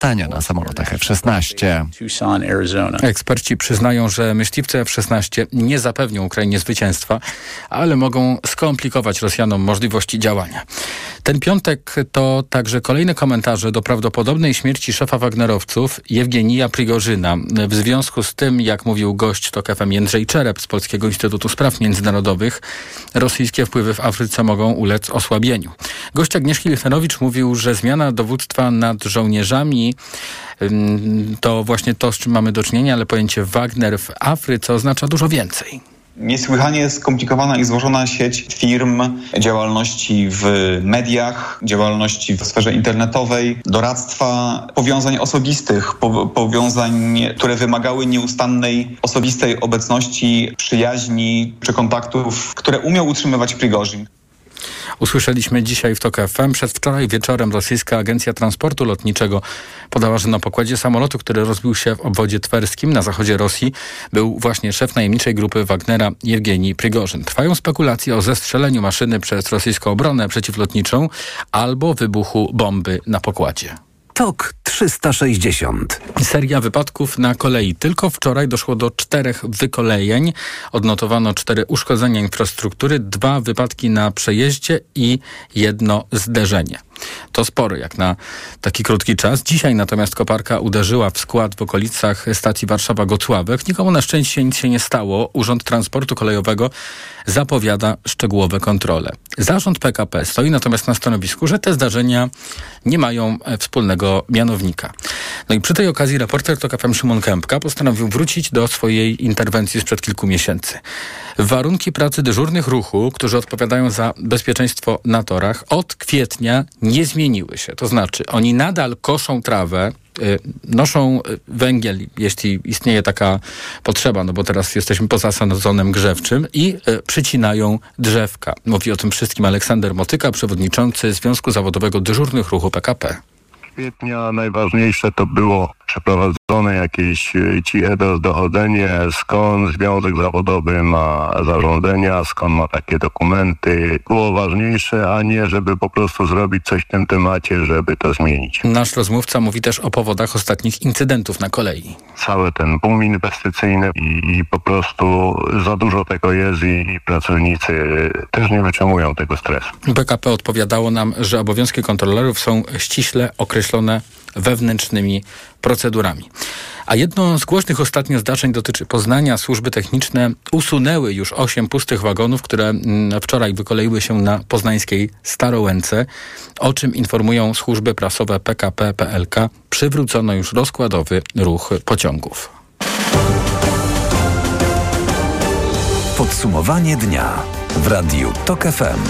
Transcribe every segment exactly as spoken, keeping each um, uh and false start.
latania na samolotach F szesnaście. Eksperci przyznają, że myśliwce F szesnaście nie zapewnią Ukrainie zwycięstwa, ale mogą skomplikować Rosjanom możliwości działania. Ten piątek to także kolejne komentarze do prawdopodobnej śmierci szefa wagnerowców Jewgenija Prigorzyna. W związku z tym, jak mówił gość TOK F M Jędrzej Czerep z Polskiego Instytutu Spraw Międzynarodowych, rosyjskie wpływy w Afryce mogą ulec osłabieniu. Gość Agnieszki Lichnerowicz mówił, że zmiana dowództwa nad żołnierzami to właśnie to, z czym mamy do czynienia, ale pojęcie Wagner w Afryce oznacza dużo więcej. Niesłychanie skomplikowana i złożona sieć firm, działalności w mediach, działalności w sferze internetowej, doradztwa, powiązań osobistych, po, powiązań, które wymagały nieustannej osobistej obecności, przyjaźni czy kontaktów, które umiał utrzymywać Prigorzyn. Usłyszeliśmy dzisiaj w TOK F M. Przedwczoraj wieczorem rosyjska agencja transportu lotniczego podała, że na pokładzie samolotu, który rozbił się w obwodzie twerskim na zachodzie Rosji, był właśnie szef najemniczej grupy Wagnera Jewgenij Prigorzyn. Trwają spekulacje o zestrzeleniu maszyny przez rosyjską obronę przeciwlotniczą albo wybuchu bomby na pokładzie. TOK trzysta sześćdziesiąt. Seria wypadków na kolei. Tylko wczoraj doszło do czterech wykolejeń. Odnotowano cztery uszkodzenia infrastruktury, dwa wypadki na przejeździe i jedno zderzenie. To sporo jak na taki krótki czas. Dzisiaj natomiast koparka uderzyła w skład w okolicach stacji Warszawa-Gocławek. Nikomu na szczęście nic się nie stało. Urząd Transportu Kolejowego zapowiada szczegółowe kontrole. Zarząd P K P stoi natomiast na stanowisku, że te zdarzenia nie mają wspólnego mianownika. No i przy tej okazji reporter TOK F M Szymon Kępka postanowił wrócić do swojej interwencji sprzed kilku miesięcy. Warunki pracy dyżurnych ruchu, którzy odpowiadają za bezpieczeństwo na torach, od kwietnia nie zmieniły się. To znaczy, oni nadal koszą trawę, y, noszą węgiel, jeśli istnieje taka potrzeba, no bo teraz jesteśmy poza sezonem grzewczym, i y, przycinają drzewka. Mówi o tym wszystkim Aleksander Motyka, przewodniczący Związku Zawodowego Dyżurnych Ruchu P K P. Kwietnia najważniejsze to było przeprowadzone jakieś ci dochodzenie, skąd Związek Zawodowy ma zarządzenia, skąd ma takie dokumenty. Było ważniejsze, a nie żeby po prostu zrobić coś w tym temacie, żeby to zmienić. Nasz rozmówca mówi też o powodach ostatnich incydentów na kolei. Cały ten boom inwestycyjny i, i po prostu za dużo tego jest i, i pracownicy też nie wytrzymują tego stresu. P K P odpowiadało nam, że obowiązki kontrolerów są ściśle określone wewnętrznymi procedurami. A jedno z głośnych ostatnio zdarzeń dotyczy Poznania. Służby techniczne usunęły już osiem pustych wagonów, które wczoraj wykoleiły się na poznańskiej Starołęce. O czym informują służby prasowe P K P P L K. Przywrócono już rozkładowy ruch pociągów. Podsumowanie dnia w Radiu TOK F M.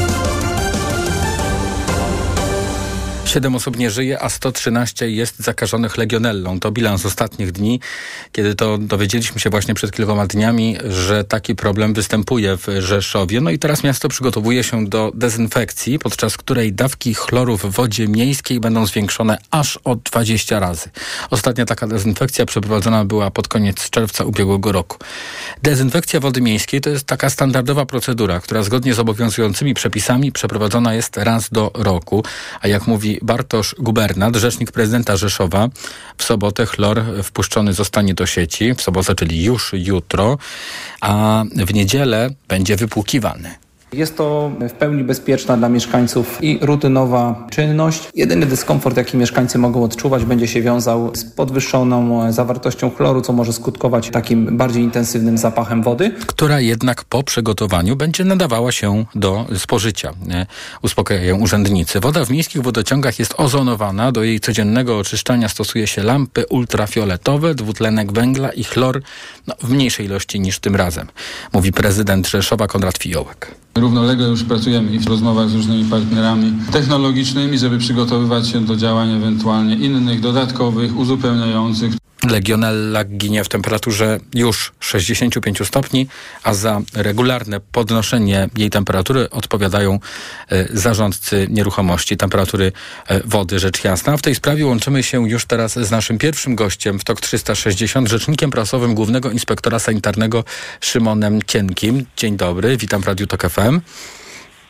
Siedem osób nie żyje, a sto trzynaście jest zakażonych legionellą. To bilans ostatnich dni, kiedy to dowiedzieliśmy się właśnie przed kilkoma dniami, że taki problem występuje w Rzeszowie. No i teraz miasto przygotowuje się do dezynfekcji, podczas której dawki chloru w wodzie miejskiej będą zwiększone aż o dwadzieścia razy. Ostatnia taka dezynfekcja przeprowadzona była pod koniec czerwca ubiegłego roku. Dezynfekcja wody miejskiej to jest taka standardowa procedura, która zgodnie z obowiązującymi przepisami przeprowadzona jest raz do roku, a jak mówi Bartosz Gubernat, rzecznik prezydenta Rzeszowa, w sobotę chlor wpuszczony zostanie do sieci, w sobotę, czyli już jutro, a w niedzielę będzie wypłukiwany. Jest to w pełni bezpieczna dla mieszkańców i rutynowa czynność. Jedyny dyskomfort, jaki mieszkańcy mogą odczuwać, będzie się wiązał z podwyższoną zawartością chloru, co może skutkować takim bardziej intensywnym zapachem wody. Która jednak po przygotowaniu będzie nadawała się do spożycia. Uspokajają urzędnicy. Woda w miejskich wodociągach jest ozonowana. Do jej codziennego oczyszczania stosuje się lampy ultrafioletowe, dwutlenek węgla i chlor no, w mniejszej ilości niż tym razem, mówi prezydent Rzeszowa Konrad Fiołek. Równolegle już pracujemy i w rozmowach z różnymi partnerami technologicznymi, żeby przygotowywać się do działań ewentualnie innych, dodatkowych, uzupełniających. Legionella ginie w temperaturze już sześćdziesięciu pięciu stopni, a za regularne podnoszenie jej temperatury odpowiadają y, zarządcy nieruchomości, temperatury y, wody, rzecz jasna. W tej sprawie łączymy się już teraz z naszym pierwszym gościem w TOK trzysta sześćdziesiąt, rzecznikiem prasowym Głównego Inspektora Sanitarnego Szymonem Cienkim. Dzień dobry, witam w Radiu TOK F M.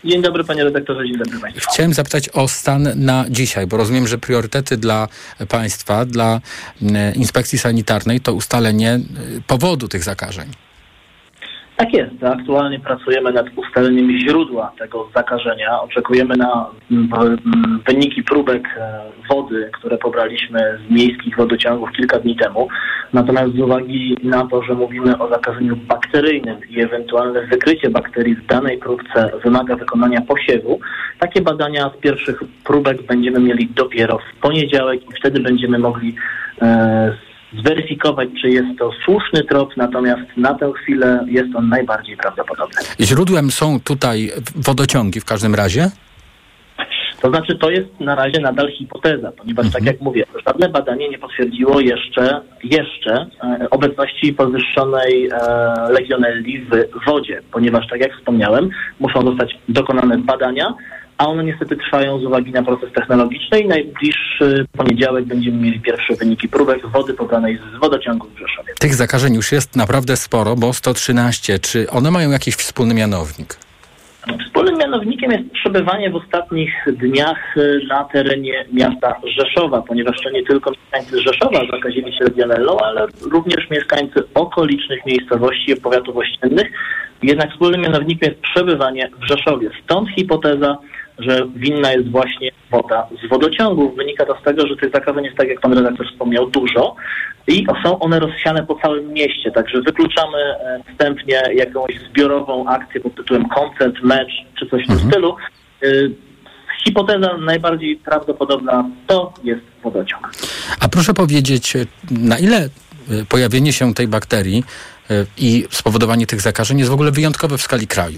Dzień dobry panie redaktorze, dzień dobry państwu. Chciałem zapytać o stan na dzisiaj, bo rozumiem, że priorytety dla państwa, dla inspekcji sanitarnej to ustalenie powodu tych zakażeń. Tak jest. Aktualnie pracujemy nad ustaleniem źródła tego zakażenia. Oczekujemy na wyniki próbek wody, które pobraliśmy z miejskich wodociągów kilka dni temu. Natomiast z uwagi na to, że mówimy o zakażeniu bakteryjnym i ewentualne wykrycie bakterii w danej próbce wymaga wykonania posiewu, takie badania z pierwszych próbek będziemy mieli dopiero w poniedziałek i wtedy będziemy mogli e, zweryfikować, czy jest to słuszny trop, natomiast na tę chwilę jest on najbardziej prawdopodobny. Źródłem są tutaj wodociągi w każdym razie? To znaczy, to jest na razie nadal hipoteza, ponieważ, mhm. tak jak mówię, żadne badanie nie potwierdziło jeszcze, jeszcze e, obecności podwyższonej e, legionelli w wodzie, ponieważ, tak jak wspomniałem, muszą zostać dokonane badania, a one niestety trwają z uwagi na proces technologiczny i najbliższy poniedziałek będziemy mieli pierwsze wyniki próbek wody pobranej z wodociągu w Rzeszowie. Tych zakażeń już jest naprawdę sporo, bo sto trzynaście. Czy one mają jakiś wspólny mianownik? Wspólnym mianownikiem jest przebywanie w ostatnich dniach na terenie miasta Rzeszowa, ponieważ to nie tylko mieszkańcy Rzeszowa zakazili się legionellą, ale również mieszkańcy okolicznych miejscowości i powiatów ościennych. Jednak wspólnym mianownikiem jest przebywanie w Rzeszowie. Stąd hipoteza, że winna jest właśnie woda z wodociągów. Wynika to z tego, że tych zakażeń jest, tak jak pan redaktor wspomniał, dużo i są one rozsiane po całym mieście. Także wykluczamy wstępnie jakąś zbiorową akcję pod tytułem koncert, mecz czy coś w tym mhm. stylu. Hipoteza najbardziej prawdopodobna to jest wodociąg. A proszę powiedzieć, na ile pojawienie się tej bakterii i spowodowanie tych zakażeń jest w ogóle wyjątkowe w skali kraju?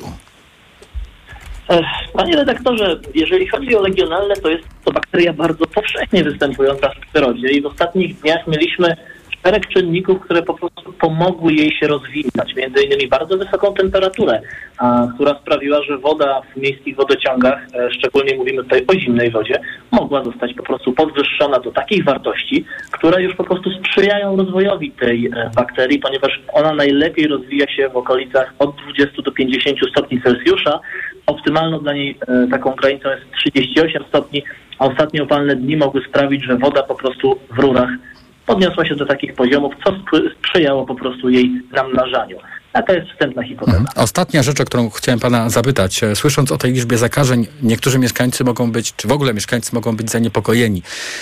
Panie redaktorze, jeżeli chodzi o legionellę, to jest to bakteria bardzo powszechnie występująca w przyrodzie i w ostatnich dniach mieliśmy szereg czynników, które po prostu pomogły jej się rozwinąć. Między innymi bardzo wysoką temperaturę, a, która sprawiła, że woda w miejskich wodociągach, e, szczególnie mówimy tutaj o zimnej wodzie, mogła zostać po prostu podwyższona do takich wartości, które już po prostu sprzyjają rozwojowi tej e, bakterii, ponieważ ona najlepiej rozwija się w okolicach od dwudziestu do pięćdziesięciu stopni Celsjusza. Optymalną dla niej e, taką granicą jest trzydzieści osiem stopni, a ostatnie upalne dni mogły sprawić, że woda po prostu w rurach podniosła się do takich poziomów, co sprzyjało po prostu jej namnażaniu. Taka jest wstępna hipoteza. Mhm. Ostatnia rzecz, o którą chciałem pana zapytać. Słysząc o tej liczbie zakażeń, niektórzy mieszkańcy mogą być, czy w ogóle mieszkańcy mogą być zaniepokojeni.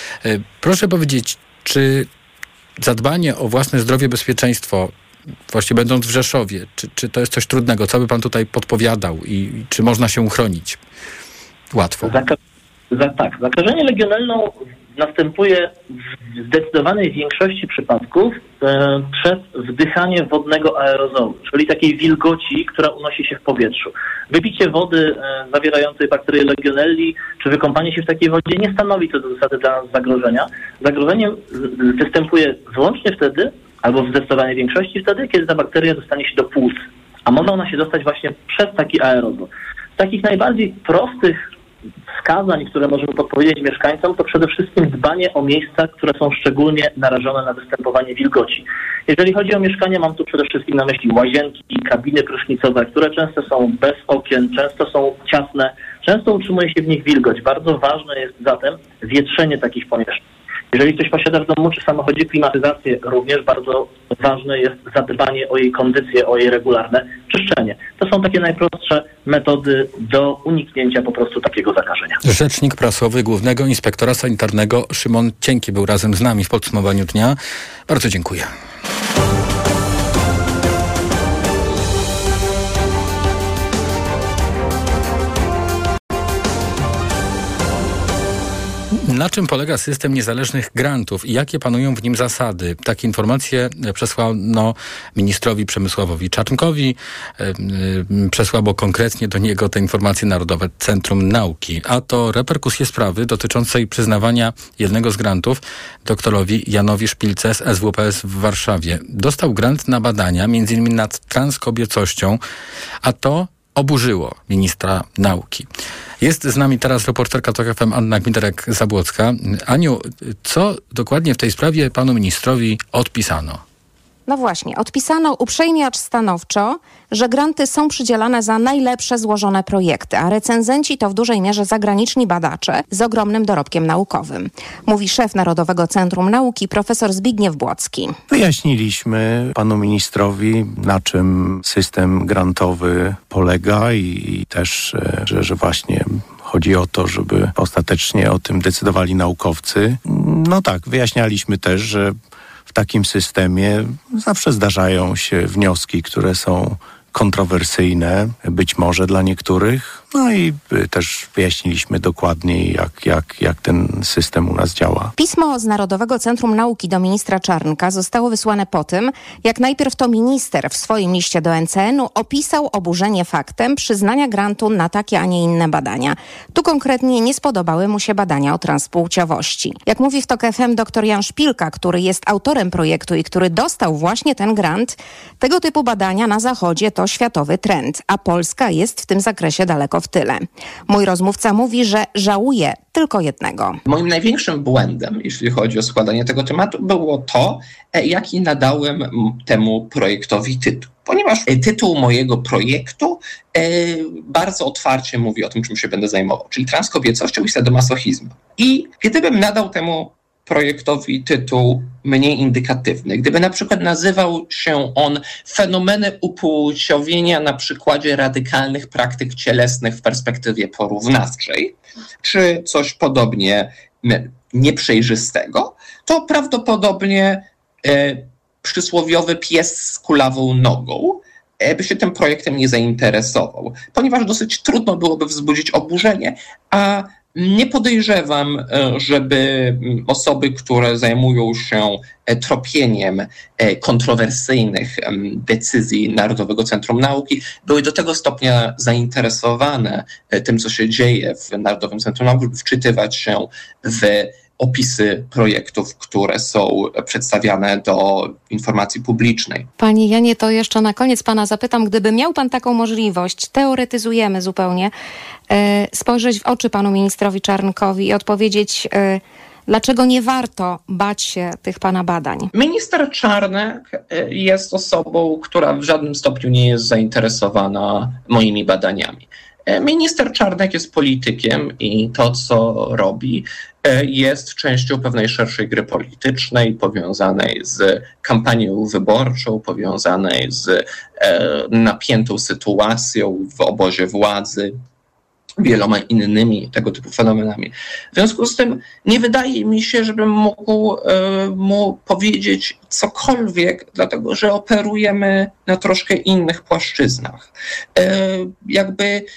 Proszę powiedzieć, czy zadbanie o własne zdrowie, bezpieczeństwo, właśnie będąc w Rzeszowie, czy, czy to jest coś trudnego? Co by pan tutaj podpowiadał i, i czy można się uchronić łatwo? Zaka- za, tak, zakażenie legionellą następuje w zdecydowanej większości przypadków e, przez wdychanie wodnego aerozolu, czyli takiej wilgoci, która unosi się w powietrzu. Wypicie wody e, zawierającej bakterię legionelli, czy wykąpanie się w takiej wodzie nie stanowi co do zasady dla nas zagrożenia. Zagrożenie występuje wyłącznie wtedy, albo w zdecydowanej większości wtedy, kiedy ta bakteria dostanie się do płuc, a może ona się dostać właśnie przez taki aerozol. Z takich najbardziej prostych wskazań, które możemy podpowiedzieć mieszkańcom, to przede wszystkim dbanie o miejsca, które są szczególnie narażone na występowanie wilgoci. Jeżeli chodzi o mieszkania, mam tu przede wszystkim na myśli łazienki i kabiny prysznicowe, które często są bez okien, często są ciasne, często utrzymuje się w nich wilgoć. Bardzo ważne jest zatem wietrzenie takich pomieszczeń. Jeżeli ktoś posiada w domu czy samochodzie klimatyzację, również bardzo ważne jest zadbanie o jej kondycję, o jej regularne czyszczenie. To są takie najprostsze metody do uniknięcia po prostu takiego zakażenia. Rzecznik prasowy Głównego Inspektora Sanitarnego Szymon Cienki był razem z nami w podsumowaniu dnia. Bardzo dziękuję. Na czym polega system niezależnych grantów i jakie panują w nim zasady? Takie informacje przesłano ministrowi Przemysławowi Czarnkowi. Przesłało konkretnie do niego te informacje Narodowe Centrum Nauki. A to reperkusje sprawy dotyczącej przyznawania jednego z grantów doktorowi Janowi Szpilce z S W P S w Warszawie. Dostał grant na badania, między innymi nad transkobiecością, a to oburzyło ministra nauki. Jest z nami teraz reporterka TOK F M Anna Gmitarek-Zabłocka. Aniu, co dokładnie w tej sprawie panu ministrowi odpisano? No właśnie, odpisano uprzejmie, acz stanowczo, że granty są przydzielane za najlepsze złożone projekty, a recenzenci to w dużej mierze zagraniczni badacze z ogromnym dorobkiem naukowym. Mówi szef Narodowego Centrum Nauki, profesor Zbigniew Błocki. Wyjaśniliśmy panu ministrowi, na czym system grantowy polega i, i też, że, że właśnie chodzi o to, żeby ostatecznie o tym decydowali naukowcy. No tak, wyjaśnialiśmy też, że w takim systemie zawsze zdarzają się wnioski, które są kontrowersyjne, być może dla niektórych. No i też wyjaśniliśmy dokładniej, jak, jak, jak ten system u nas działa. Pismo z Narodowego Centrum Nauki do ministra Czarnka zostało wysłane po tym, jak najpierw to minister w swoim liście do N C N u opisał oburzenie faktem przyznania grantu na takie, a nie inne badania. Tu konkretnie nie spodobały mu się badania o transpłciowości. Jak mówi w TOK F M dr Jan Szpilka, który jest autorem projektu i który dostał właśnie ten grant, tego typu badania na Zachodzie to światowy trend, a Polska jest w tym zakresie daleko w tyle. Mój rozmówca mówi, że żałuje tylko jednego. Moim największym błędem, jeśli chodzi o składanie tego tematu, było to, jaki nadałem temu projektowi tytuł. Ponieważ tytuł mojego projektu e, bardzo otwarcie mówi o tym, czym się będę zajmował, czyli transkobiecością i sadomasochizmem. I gdybym nadał temu projektowi tytuł mniej indykatywny, gdyby na przykład nazywał się on fenomeny upłciowienia na przykładzie radykalnych praktyk cielesnych w perspektywie porównawczej, czy coś podobnie nieprzejrzystego, to prawdopodobnie e, przysłowiowy pies z kulawą nogą by się tym projektem nie zainteresował, ponieważ dosyć trudno byłoby wzbudzić oburzenie, a nie podejrzewam, żeby osoby, które zajmują się tropieniem kontrowersyjnych decyzji Narodowego Centrum Nauki, były do tego stopnia zainteresowane tym, co się dzieje w Narodowym Centrum Nauki, by wczytywać się w opisy projektów, które są przedstawiane do informacji publicznej. Panie Janie, to jeszcze na koniec pana zapytam, gdyby miał pan taką możliwość, teoretyzujemy zupełnie, e, spojrzeć w oczy panu ministrowi Czarnkowi i odpowiedzieć, e, dlaczego nie warto bać się tych pana badań? Minister Czarnek jest osobą, która w żadnym stopniu nie jest zainteresowana moimi badaniami. Minister Czarnek jest politykiem i to, co robi, jest częścią pewnej szerszej gry politycznej, powiązanej z kampanią wyborczą, powiązanej z napiętą sytuacją w obozie władzy, wieloma innymi tego typu fenomenami. W związku z tym nie wydaje mi się, żebym mógł mu powiedzieć cokolwiek, dlatego że operujemy na troszkę innych płaszczyznach. Jakby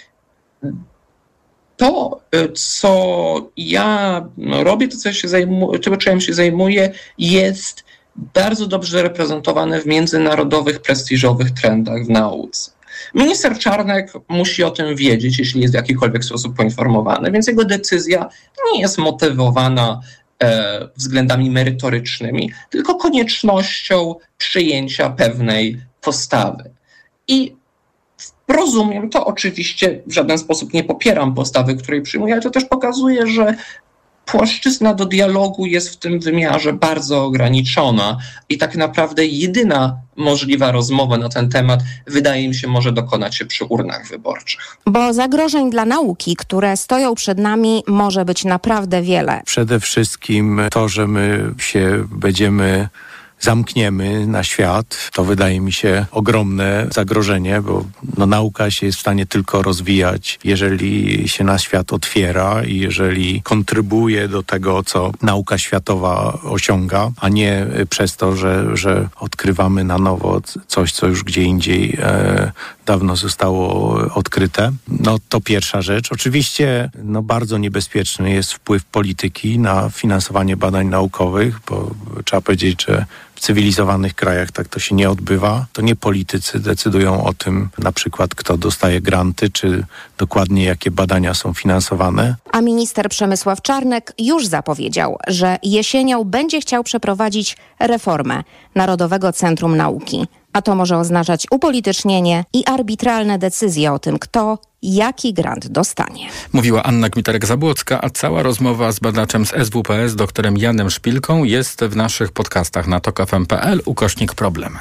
to, co ja robię, to, co ja się zajmuję, czym się zajmuję, jest bardzo dobrze reprezentowane w międzynarodowych, prestiżowych trendach w nauce. Minister Czarnek musi o tym wiedzieć, jeśli jest w jakikolwiek sposób poinformowany, więc jego decyzja nie jest motywowana e, względami merytorycznymi, tylko koniecznością przyjęcia pewnej postawy. I rozumiem to, oczywiście w żaden sposób nie popieram postawy, której przyjmuję, ale to też pokazuje, że płaszczyzna do dialogu jest w tym wymiarze bardzo ograniczona i tak naprawdę jedyna możliwa rozmowa na ten temat, wydaje mi się, może dokonać się przy urnach wyborczych. Bo zagrożeń dla nauki, które stoją przed nami, może być naprawdę wiele. Przede wszystkim to, że my się będziemy zamkniemy na świat, to wydaje mi się ogromne zagrożenie, bo no, nauka się jest w stanie tylko rozwijać, jeżeli się na świat otwiera i jeżeli kontrybuje do tego, co nauka światowa osiąga, a nie przez to, że, że odkrywamy na nowo coś, co już gdzie indziej e, dawno zostało odkryte. No to pierwsza rzecz. Oczywiście no, bardzo niebezpieczny jest wpływ polityki na finansowanie badań naukowych, bo trzeba powiedzieć, że w cywilizowanych krajach tak to się nie odbywa. To nie politycy decydują o tym, na przykład kto dostaje granty, czy dokładnie jakie badania są finansowane. A minister Przemysław Czarnek już zapowiedział, że jesienią będzie chciał przeprowadzić reformę Narodowego Centrum Nauki. A to może oznaczać upolitycznienie i arbitralne decyzje o tym, kto jaki grant dostanie. Mówiła Anna Gmiterek-Zabłocka, a cała rozmowa z badaczem z S W P S, doktorem Janem Szpilką, jest w naszych podcastach na tok f m kropka p l ukośnik problem.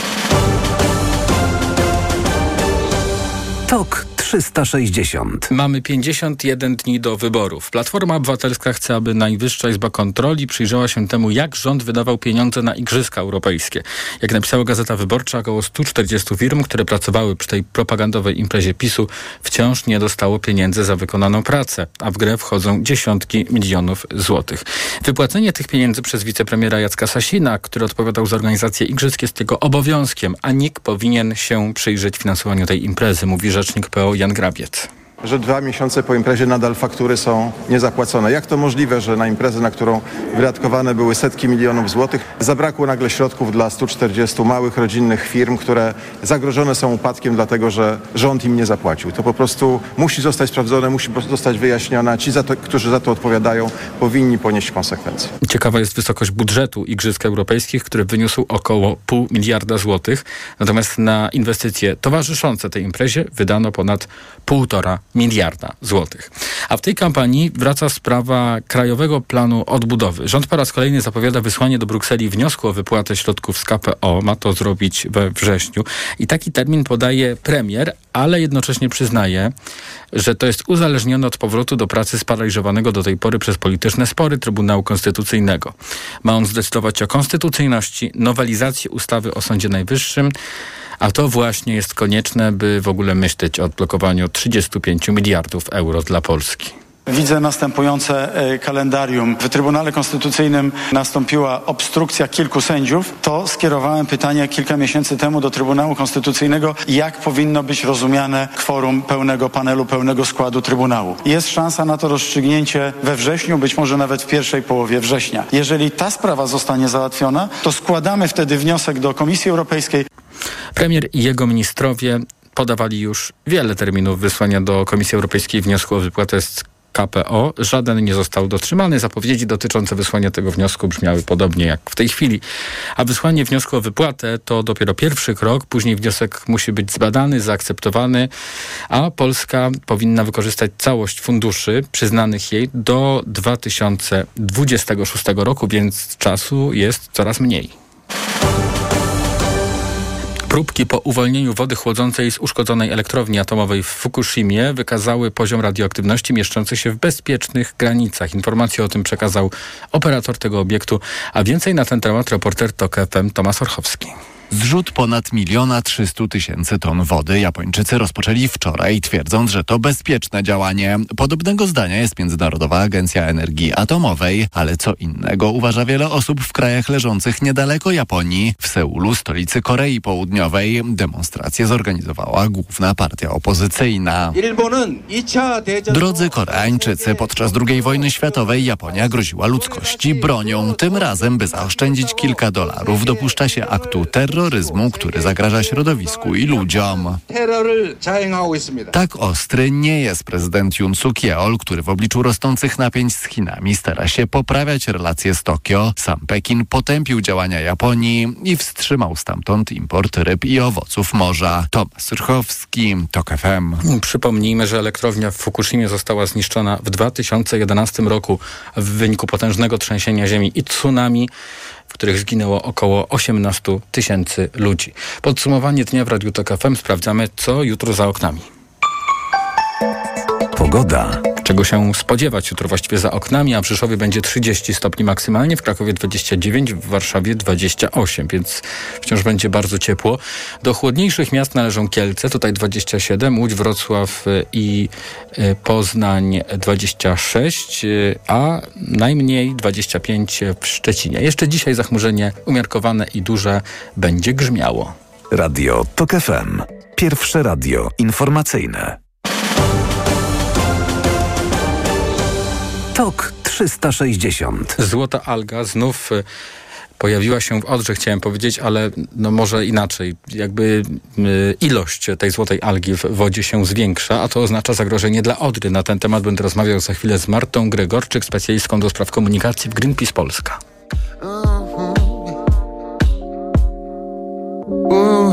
Tok trzysta sześćdziesiąt. Mamy pięćdziesiąt jeden dni do wyborów. Platforma Obywatelska chce, aby Najwyższa Izba Kontroli przyjrzała się temu, jak rząd wydawał pieniądze na Igrzyska Europejskie. Jak napisała Gazeta Wyborcza, około sto czterdzieści firm, które pracowały przy tej propagandowej imprezie PiSu, wciąż nie dostało pieniędzy za wykonaną pracę, a w grę wchodzą dziesiątki milionów złotych. Wypłacenie tych pieniędzy przez wicepremiera Jacka Sasina, który odpowiadał za organizację igrzysk, jest jego obowiązkiem, a NIK powinien się przyjrzeć finansowaniu tej imprezy, mówi rzecznik P O Jan Grabiec. Że dwa miesiące po imprezie nadal faktury są niezapłacone. Jak to możliwe, że na imprezę, na którą wydatkowane były setki milionów złotych, zabrakło nagle środków dla stu czterdziestu małych, rodzinnych firm, które zagrożone są upadkiem, dlatego że rząd im nie zapłacił. To po prostu musi zostać sprawdzone, musi zostać wyjaśnione, a ci, za to, którzy za to odpowiadają, powinni ponieść konsekwencje. Ciekawa jest wysokość budżetu Igrzysk Europejskich, który wyniósł około pół miliarda złotych. Natomiast na inwestycje towarzyszące tej imprezie wydano ponad półtora miliarda złotych. A w tej kampanii wraca sprawa Krajowego Planu Odbudowy. Rząd po raz kolejny zapowiada wysłanie do Brukseli wniosku o wypłatę środków z K P O. Ma to zrobić we wrześniu. I taki termin podaje premier, ale jednocześnie przyznaje, że to jest uzależnione od powrotu do pracy sparaliżowanego do tej pory przez polityczne spory Trybunału Konstytucyjnego. Ma on zdecydować o konstytucyjności, nowelizacji ustawy o Sądzie Najwyższym, a to właśnie jest konieczne, by w ogóle myśleć o odblokowaniu trzydziestu pięciu miliardów euro dla Polski. Widzę następujące kalendarium. W Trybunale Konstytucyjnym nastąpiła obstrukcja kilku sędziów. To skierowałem pytanie kilka miesięcy temu do Trybunału Konstytucyjnego, jak powinno być rozumiane kworum pełnego panelu, pełnego składu Trybunału. Jest szansa na to rozstrzygnięcie we wrześniu, być może nawet w pierwszej połowie września. Jeżeli ta sprawa zostanie załatwiona, to składamy wtedy wniosek do Komisji Europejskiej. Premier i jego ministrowie podawali już wiele terminów wysłania do Komisji Europejskiej wniosku o wypłatę z K P O. Żaden nie został dotrzymany. Zapowiedzi dotyczące wysłania tego wniosku brzmiały podobnie jak w tej chwili. A wysłanie wniosku o wypłatę to dopiero pierwszy krok. Później wniosek musi być zbadany, zaakceptowany, a Polska powinna wykorzystać całość funduszy przyznanych jej do dwa tysiące dwudziestego szóstego roku, więc czasu jest coraz mniej. Próbki po uwolnieniu wody chłodzącej z uszkodzonej elektrowni atomowej w Fukushimie wykazały poziom radioaktywności mieszczący się w bezpiecznych granicach. Informację o tym przekazał operator tego obiektu, a więcej na ten temat reporter TOK F M Tomasz Orchowski. Zrzut ponad miliona trzystu tysięcy ton wody Japończycy rozpoczęli wczoraj, twierdząc, że to bezpieczne działanie. Podobnego zdania jest Międzynarodowa Agencja Energii Atomowej, ale co innego uważa wiele osób w krajach leżących niedaleko Japonii. W Seulu, stolicy Korei Południowej, demonstrację zorganizowała główna partia opozycyjna. Drodzy Koreańczycy, podczas drugiej wojny światowej Japonia groziła ludzkości bronią. Tym razem, by zaoszczędzić kilka dolarów, dopuszcza się aktu terroryzmu, który zagraża środowisku i ludziom. Tak ostry nie jest prezydent Yoon Suk-yeol, który w obliczu rosnących napięć z Chinami stara się poprawiać relacje z Tokio. Sam Pekin potępił działania Japonii i wstrzymał stamtąd import ryb i owoców morza. Tomasz Surchowski, TOK F M. Przypomnijmy, że elektrownia w Fukushimie została zniszczona w dwa tysiące jedenastym roku w wyniku potężnego trzęsienia ziemi i tsunami, w których zginęło około osiemnaście tysięcy ludzi. Podsumowanie dnia w Radiu TOK F M. Sprawdzamy, co jutro za oknami. Pogoda. Czego się spodziewać jutro właściwie za oknami, a w Rzeszowie będzie trzydzieści stopni maksymalnie, w Krakowie dwadzieścia dziewięć, w Warszawie dwadzieścia osiem, więc wciąż będzie bardzo ciepło. Do chłodniejszych miast należą Kielce, tutaj dwadzieścia siedem, Łódź, Wrocław i Poznań dwadzieścia sześć, a najmniej dwadzieścia pięć w Szczecinie. Jeszcze dzisiaj zachmurzenie umiarkowane i duże będzie grzmiało. Radio TOK F M. Pierwsze radio informacyjne. TOK trzysta sześćdziesiąt. Złota alga znów pojawiła się w Odrze, chciałem powiedzieć, ale no może inaczej. Jakby y, ilość tej złotej algi w wodzie się zwiększa, a to oznacza zagrożenie dla Odry. Na ten temat będę rozmawiał za chwilę z Martą Gregorczyk, specjalistką do spraw komunikacji w Greenpeace Polska. Uh-huh.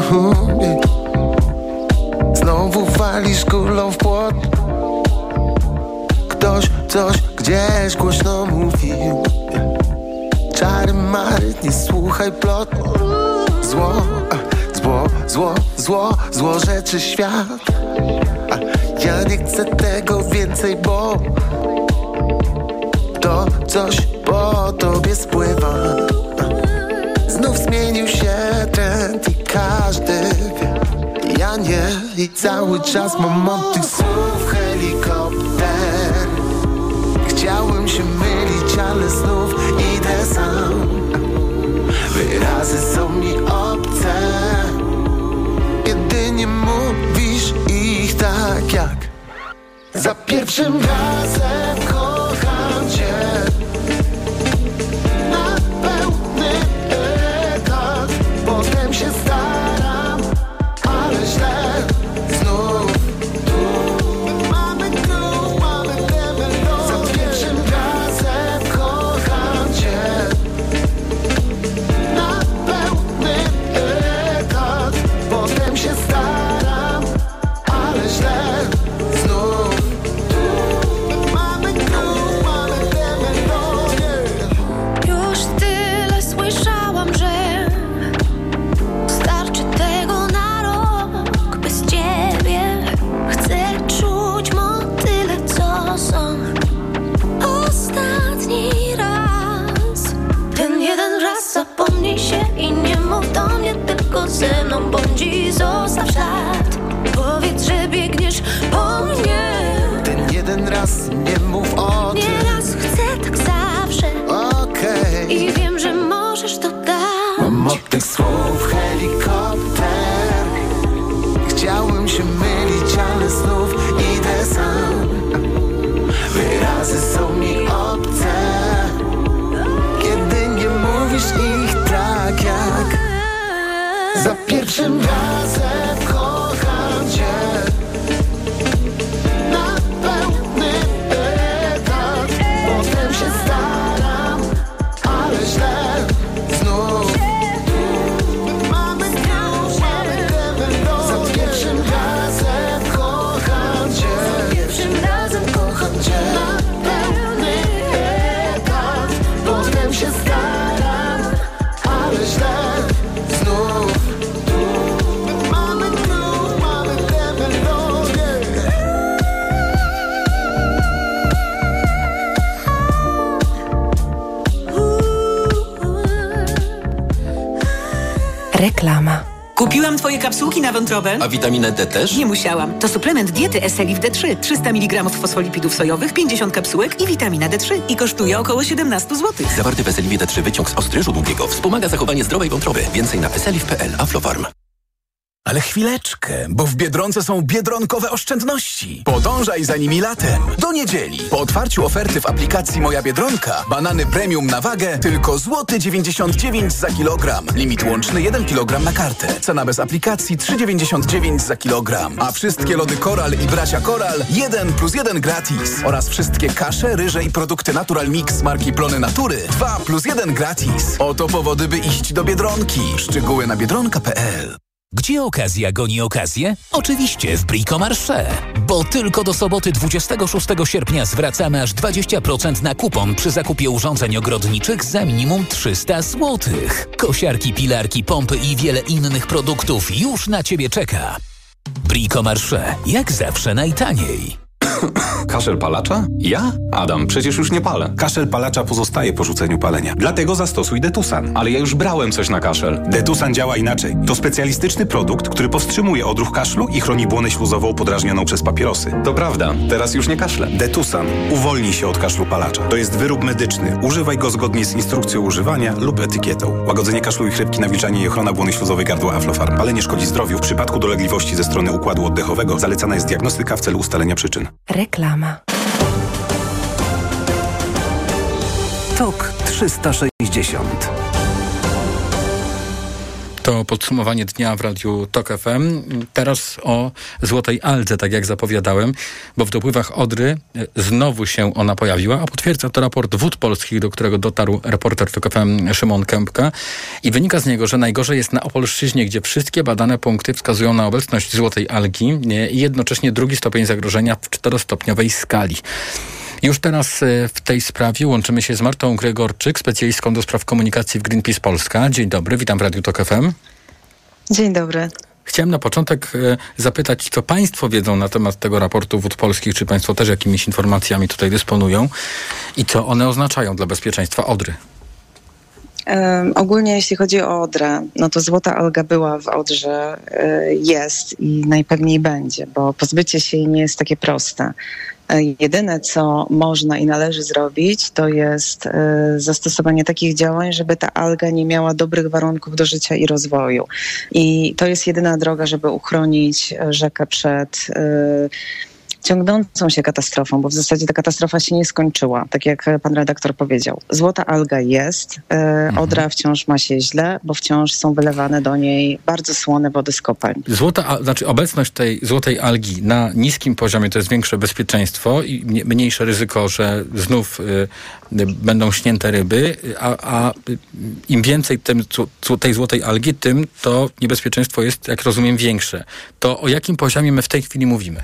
niż kulą w płot. Ktoś coś gdzieś głośno mówił. Czary mary, nie słuchaj plot. Zło, zło, zło, zło, zło rzeczy świat. Ja nie chcę tego więcej, bo to coś po tobie spływa. Znów zmienił się trend i każdy wie. Ja nie i cały czas mam od tych słów helikopter. Chciałem się mylić, ale znów idę sam. Wyrazy są mi obce. Jedynie mówisz ich tak jak za pierwszym razem kocham cię. Na pełny etat. Potem się staram, ale źle. Znów tu mamy grów, mamy tę melodię. Za pierwszym razem kocham cię. Na pełny etat. Potem się staram, ale źle. Znów tu mamy grów, mamy tę melodię. Już tyle słyszałam, że starczy tego na rok bez ciebie. Chcę czuć motyle, co są ostatni raz. Ten jeden raz zapomnij się i nie mów do mnie, tylko ze mną bądź i zostaw ślad. Powiedz, że biegniesz po mnie. Ten jeden raz nie mów o tym. Nieraz chcę tak zawsze. Okej. I wiem, że możesz to dać. Mam od tych słów helikopter. Chciałem się mylić, ale znów idę sam. Wyrazy są mi obce. Kiedy nie mówisz ich tak jak za pierwszym razem kocham cię. Na pełny etat. Potem się staram, ale źle. Znów mamy grów, mamy tę melodię. Za pierwszym razem kocham cię. Za pierwszym razem kocham cię. Na pełny etat. Potem się staram, ale źle. Znów mamy grów, mamy tę melodię. Reklama. Kupiłam twoje kapsułki na wątrobę. A witaminę D też? Nie musiałam. To suplement diety Eselif D trzy. trzysta miligramów fosfolipidów sojowych, pięćdziesiąt kapsułek i witamina D trzy. I kosztuje około siedemnaście złotych. Zawarty w Eselifie D trzy wyciąg z ostryżu długiego wspomaga zachowanie zdrowej wątroby. Więcej na eselif kropka p l. Aflofarm. Ale chwileczkę, bo w Biedronce są biedronkowe oszczędności. Podążaj za nimi latem. Do niedzieli. Po otwarciu oferty w aplikacji Moja Biedronka banany premium na wagę tylko złoty dziewięćdziesiąt dziewięć za kilogram. Limit łączny jeden kilogram na kartę. Cena bez aplikacji trzy dziewięćdziesiąt dziewięć za kilogram. A wszystkie lody Koral i Bracia Koral jeden plus jeden gratis. Oraz wszystkie kasze, ryże i produkty Natural Mix marki Plony Natury dwa plus jeden gratis. Oto powody, by iść do Biedronki. Szczegóły na biedronka kropka p l. Gdzie okazja goni okazję? Oczywiście w Bricomarché. Bo tylko do soboty dwudziestego szóstego sierpnia zwracamy aż dwadzieścia procent na kupon przy zakupie urządzeń ogrodniczych za minimum trzysta złotych. Kosiarki, pilarki, pompy i wiele innych produktów już na Ciebie czeka. Bricomarché. Jak zawsze najtaniej. Kaszel palacza? Ja? Adam, przecież już nie palę. Kaszel palacza pozostaje po rzuceniu palenia. Dlatego zastosuj Detusan. Ale ja już brałem coś na kaszel. Detusan działa inaczej. To specjalistyczny produkt, który powstrzymuje odruch kaszlu i chroni błonę śluzową podrażnioną przez papierosy. To prawda, teraz już nie kaszlę. Detusan uwolni się od kaszlu palacza. To jest wyrób medyczny. Używaj go zgodnie z instrukcją używania lub etykietą. Łagodzenie kaszlu i chrypki, nawilżanie i ochrona błony śluzowej gardła Aflofarm. Palenie szkodzi zdrowiu. W przypadku dolegliwości ze strony układu oddechowego zalecana jest diagnostyka w celu ustalenia przyczyn. Reklama. Tok trzysta sześćdziesiąt. To podsumowanie dnia w Radiu Tok F M. Teraz o złotej aldze, tak jak zapowiadałem, bo w dopływach Odry znowu się ona pojawiła, a potwierdza to raport Wód Polskich, do którego dotarł reporter Tok F M Szymon Kępka. I wynika z niego, że najgorzej jest na Opolszczyźnie, gdzie wszystkie badane punkty wskazują na obecność złotej algi i jednocześnie drugi stopień zagrożenia w czterostopniowej skali. Już teraz w tej sprawie łączymy się z Martą Gregorczyk, specjalistką do spraw komunikacji w Greenpeace Polska. Dzień dobry, witam w Radiu Tok F M. Dzień dobry. Chciałem na początek zapytać, co Państwo wiedzą na temat tego raportu Wód Polskich, czy Państwo też jakimiś informacjami tutaj dysponują i co one oznaczają dla bezpieczeństwa Odry? Um, ogólnie jeśli chodzi o Odrę, no to złota alga była w Odrze, y, jest i najpewniej będzie, bo pozbycie się jej nie jest takie proste. Jedyne, co można i należy zrobić, to jest y, zastosowanie takich działań, żeby ta alga nie miała dobrych warunków do życia i rozwoju. I to jest jedyna droga, żeby uchronić rzekę przed y, ciągnącą się katastrofą, bo w zasadzie ta katastrofa się nie skończyła, tak jak pan redaktor powiedział. Złota alga jest, y, mhm. Odra wciąż ma się źle, bo wciąż są wylewane do niej bardzo słone wody z kopalń. Złota, znaczy obecność tej złotej algi na niskim poziomie to jest większe bezpieczeństwo i mniejsze ryzyko, że znów y, będą śnięte ryby, a, a im więcej tym, tej złotej algi, tym to niebezpieczeństwo jest, jak rozumiem, większe. To o jakim poziomie my w tej chwili mówimy?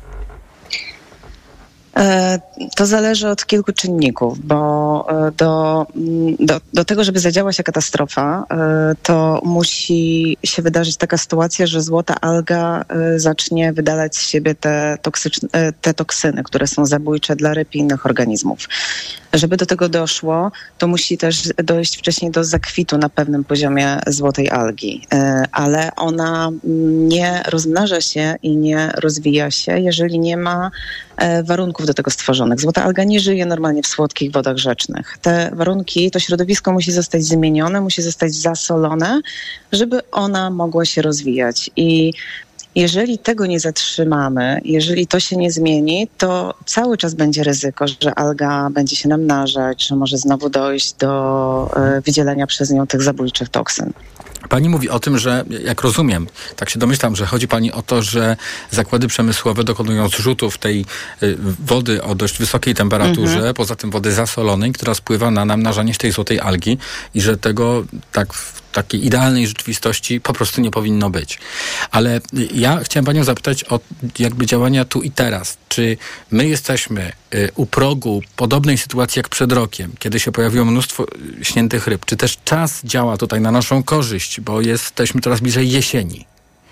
To zależy od kilku czynników, bo do, do, do tego, żeby zadziała się katastrofa, to musi się wydarzyć taka sytuacja, że złota alga zacznie wydalać z siebie te, toksyczne, te toksyny, które są zabójcze dla ryb i innych organizmów. Żeby do tego doszło, to musi też dojść wcześniej do zakwitu na pewnym poziomie złotej algi, ale ona nie rozmnaża się i nie rozwija się, jeżeli nie ma warunków do tego stworzonych. Złota alga nie żyje normalnie w słodkich wodach rzecznych. Te warunki, to środowisko musi zostać zmienione, musi zostać zasolone, żeby ona mogła się rozwijać. I jeżeli tego nie zatrzymamy, jeżeli to się nie zmieni, to cały czas będzie ryzyko, że alga będzie się namnażać, że może znowu dojść do y, wydzielenia przez nią tych zabójczych toksyn. Pani mówi o tym, że, jak rozumiem, tak się domyślam, że chodzi pani o to, że zakłady przemysłowe dokonują zrzutów tej y, wody o dość wysokiej temperaturze, mhm. poza tym wody zasolonej, która spływa na namnażanie się tej złotej algi i że tego tak w takiej idealnej rzeczywistości po prostu nie powinno być. Ale ja chciałem panią zapytać o jakby działania tu i teraz. Czy my jesteśmy y, u progu podobnej sytuacji jak przed rokiem, kiedy się pojawiło mnóstwo śniętych ryb? Czy też czas działa tutaj na naszą korzyść, bo jesteśmy coraz bliżej jesieni?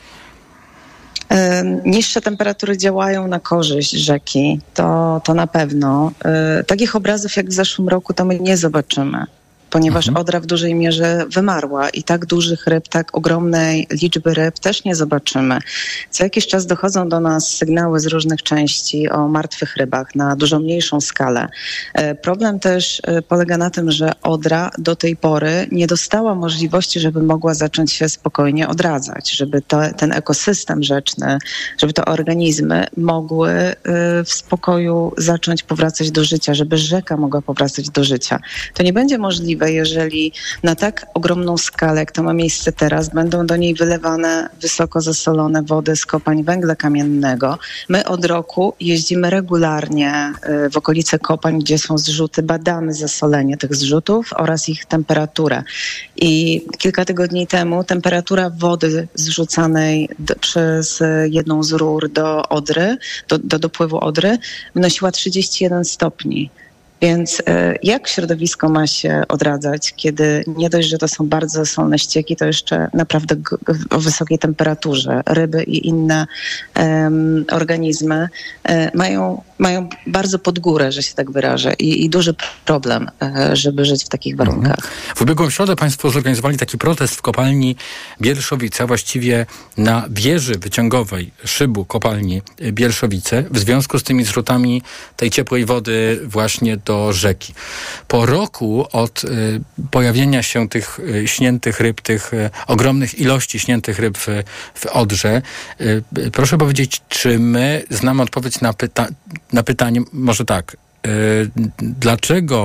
Niższe temperatury działają na korzyść rzeki, to, to na pewno. Takich obrazów jak w zeszłym roku to my nie zobaczymy, ponieważ mhm. Odra w dużej mierze wymarła i tak dużych ryb, tak ogromnej liczby ryb też nie zobaczymy. Co jakiś czas dochodzą do nas sygnały z różnych części o martwych rybach na dużo mniejszą skalę. Problem też polega na tym, że Odra do tej pory nie dostała możliwości, żeby mogła zacząć się spokojnie odradzać, żeby to, ten ekosystem rzeczny, żeby te organizmy mogły w spokoju zacząć powracać do życia, żeby rzeka mogła powracać do życia. To nie będzie możliwe, jeżeli na tak ogromną skalę, jak to ma miejsce teraz, będą do niej wylewane wysoko zasolone wody z kopalń węgla kamiennego. My od roku jeździmy regularnie w okolice kopalń, gdzie są zrzuty, badamy zasolenie tych zrzutów oraz ich temperaturę. I kilka tygodni temu temperatura wody zrzucanej do, przez jedną z rur do Odry, do, do dopływu Odry, wynosiła trzydzieści jeden stopni. Więc jak środowisko ma się odradzać, kiedy nie dość, że to są bardzo zasolne ścieki, to jeszcze naprawdę g- o wysokiej temperaturze. Ryby i inne um, organizmy um, mają, mają bardzo pod górę, że się tak wyrażę, i, i duży problem, żeby żyć w takich warunkach. Mhm. W ubiegłą środę państwo zorganizowali taki protest w kopalni Bielszowice, właściwie na wieży wyciągowej szybu kopalni Bielszowice, w związku z tymi zrzutami tej ciepłej wody właśnie do rzeki. Po roku od y, pojawienia się tych y, śniętych ryb, tych y, ogromnych ilości śniętych ryb w, w Odrze, y, y, proszę powiedzieć, czy my znamy odpowiedź na, pyta- na pytanie, może tak, y, dlaczego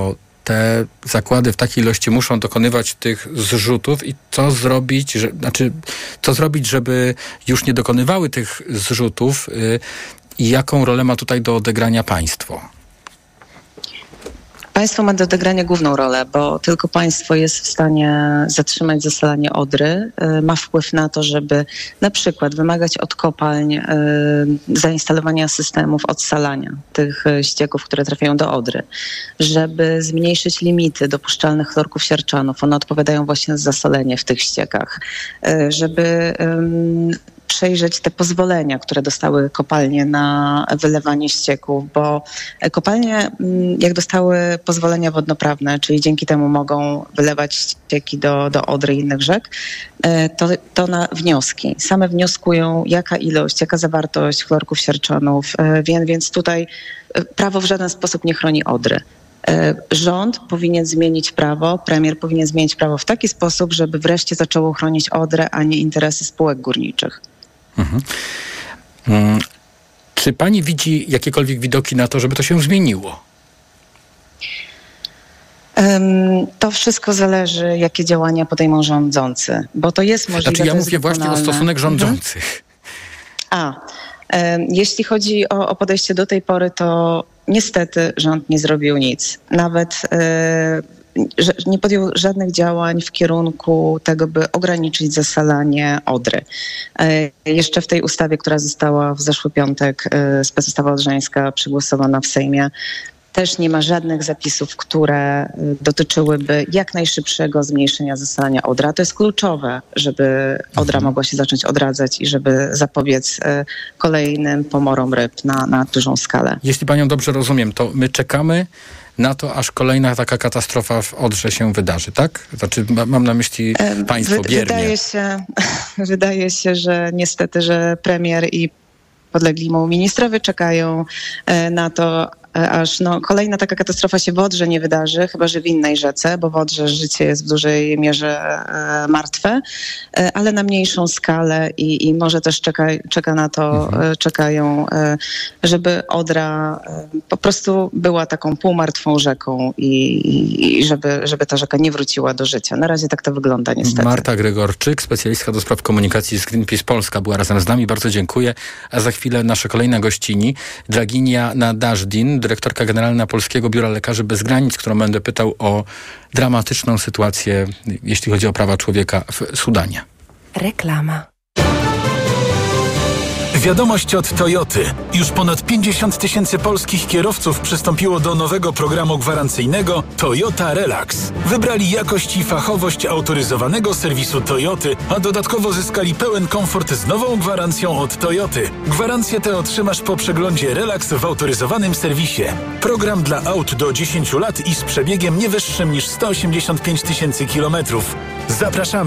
te zakłady w takiej ilości muszą dokonywać tych zrzutów i co zrobić, że, znaczy, co zrobić, żeby już nie dokonywały tych zrzutów yy, i jaką rolę ma tutaj do odegrania państwo? Państwo ma do odegrania główną rolę, bo tylko państwo jest w stanie zatrzymać zasilanie Odry. Ma wpływ na to, żeby na przykład wymagać od kopalń zainstalowania systemów odsalania tych ścieków, które trafiają do Odry, żeby zmniejszyć limity dopuszczalnych chlorków siarczanów. One odpowiadają właśnie za zasolenie w tych ściekach, żeby przejrzeć te pozwolenia, które dostały kopalnie na wylewanie ścieków, bo kopalnie jak dostały pozwolenia wodnoprawne, czyli dzięki temu mogą wylewać ścieki do, do Odry i innych rzek, to, to na wnioski. Same wnioskują, jaka ilość, jaka zawartość chlorków siarczanów, więc, więc tutaj prawo w żaden sposób nie chroni Odry. Rząd powinien zmienić prawo, premier powinien zmienić prawo w taki sposób, żeby wreszcie zaczęło chronić Odrę, a nie interesy spółek górniczych. Mhm. Hmm. Czy pani widzi jakiekolwiek widoki na to, żeby to się zmieniło? Um, to wszystko zależy, jakie działania podejmą rządzący, bo to jest możliwe. Znaczy ja mówię właśnie o stosunek rządzących. Mhm. A, um, jeśli chodzi o, o podejście do tej pory, to niestety rząd nie zrobił nic. Nawet um, że nie podjął żadnych działań w kierunku tego, by ograniczyć zasalanie Odry. Jeszcze w tej ustawie, która została w zeszły piątek, specustawa odrzańska, przegłosowana w Sejmie, też nie ma żadnych zapisów, które dotyczyłyby jak najszybszego zmniejszenia zasalania Odry. A to jest kluczowe, żeby Odra mogła się zacząć odradzać i żeby zapobiec kolejnym pomorom ryb na, na dużą skalę. Jeśli panią dobrze rozumiem, to my czekamy na to, aż kolejna taka katastrofa w Odrze się wydarzy, tak? Znaczy, mam na myśli państwo Wy, biernie. Wydaje się, wydaje się, że niestety, że premier i podlegli mu ministrowie czekają na to, aż no, kolejna taka katastrofa się w Odrze nie wydarzy, chyba że w innej rzece, bo w Odrze życie jest w dużej mierze e, martwe, e, ale na mniejszą skalę i, i może też czeka, czeka na to, mhm. e, czekają, e, żeby Odra e, po prostu była taką półmartwą rzeką i, i żeby, żeby ta rzeka nie wróciła do życia. Na razie tak to wygląda niestety. Marta Gregorczyk, specjalistka do spraw komunikacji z Greenpeace Polska, była razem z nami. Bardzo dziękuję. A za chwilę nasza kolejna gościni, Draginia Nadażdin, dyrektorka generalna Polskiego Biura Lekarzy Bez Granic, którą będę pytał o dramatyczną sytuację, jeśli chodzi o prawa człowieka w Sudanie. Reklama. Wiadomość od Toyoty. Już ponad pięćdziesiąt tysięcy polskich kierowców przystąpiło do nowego programu gwarancyjnego Toyota Relax. Wybrali jakość i fachowość autoryzowanego serwisu Toyoty, a dodatkowo zyskali pełen komfort z nową gwarancją od Toyoty. Gwarancję tę otrzymasz po przeglądzie Relax w autoryzowanym serwisie. Program dla aut do dziesięciu lat i z przebiegiem nie wyższym niż sto osiemdziesiąt pięć tysięcy kilometrów. Zapraszamy!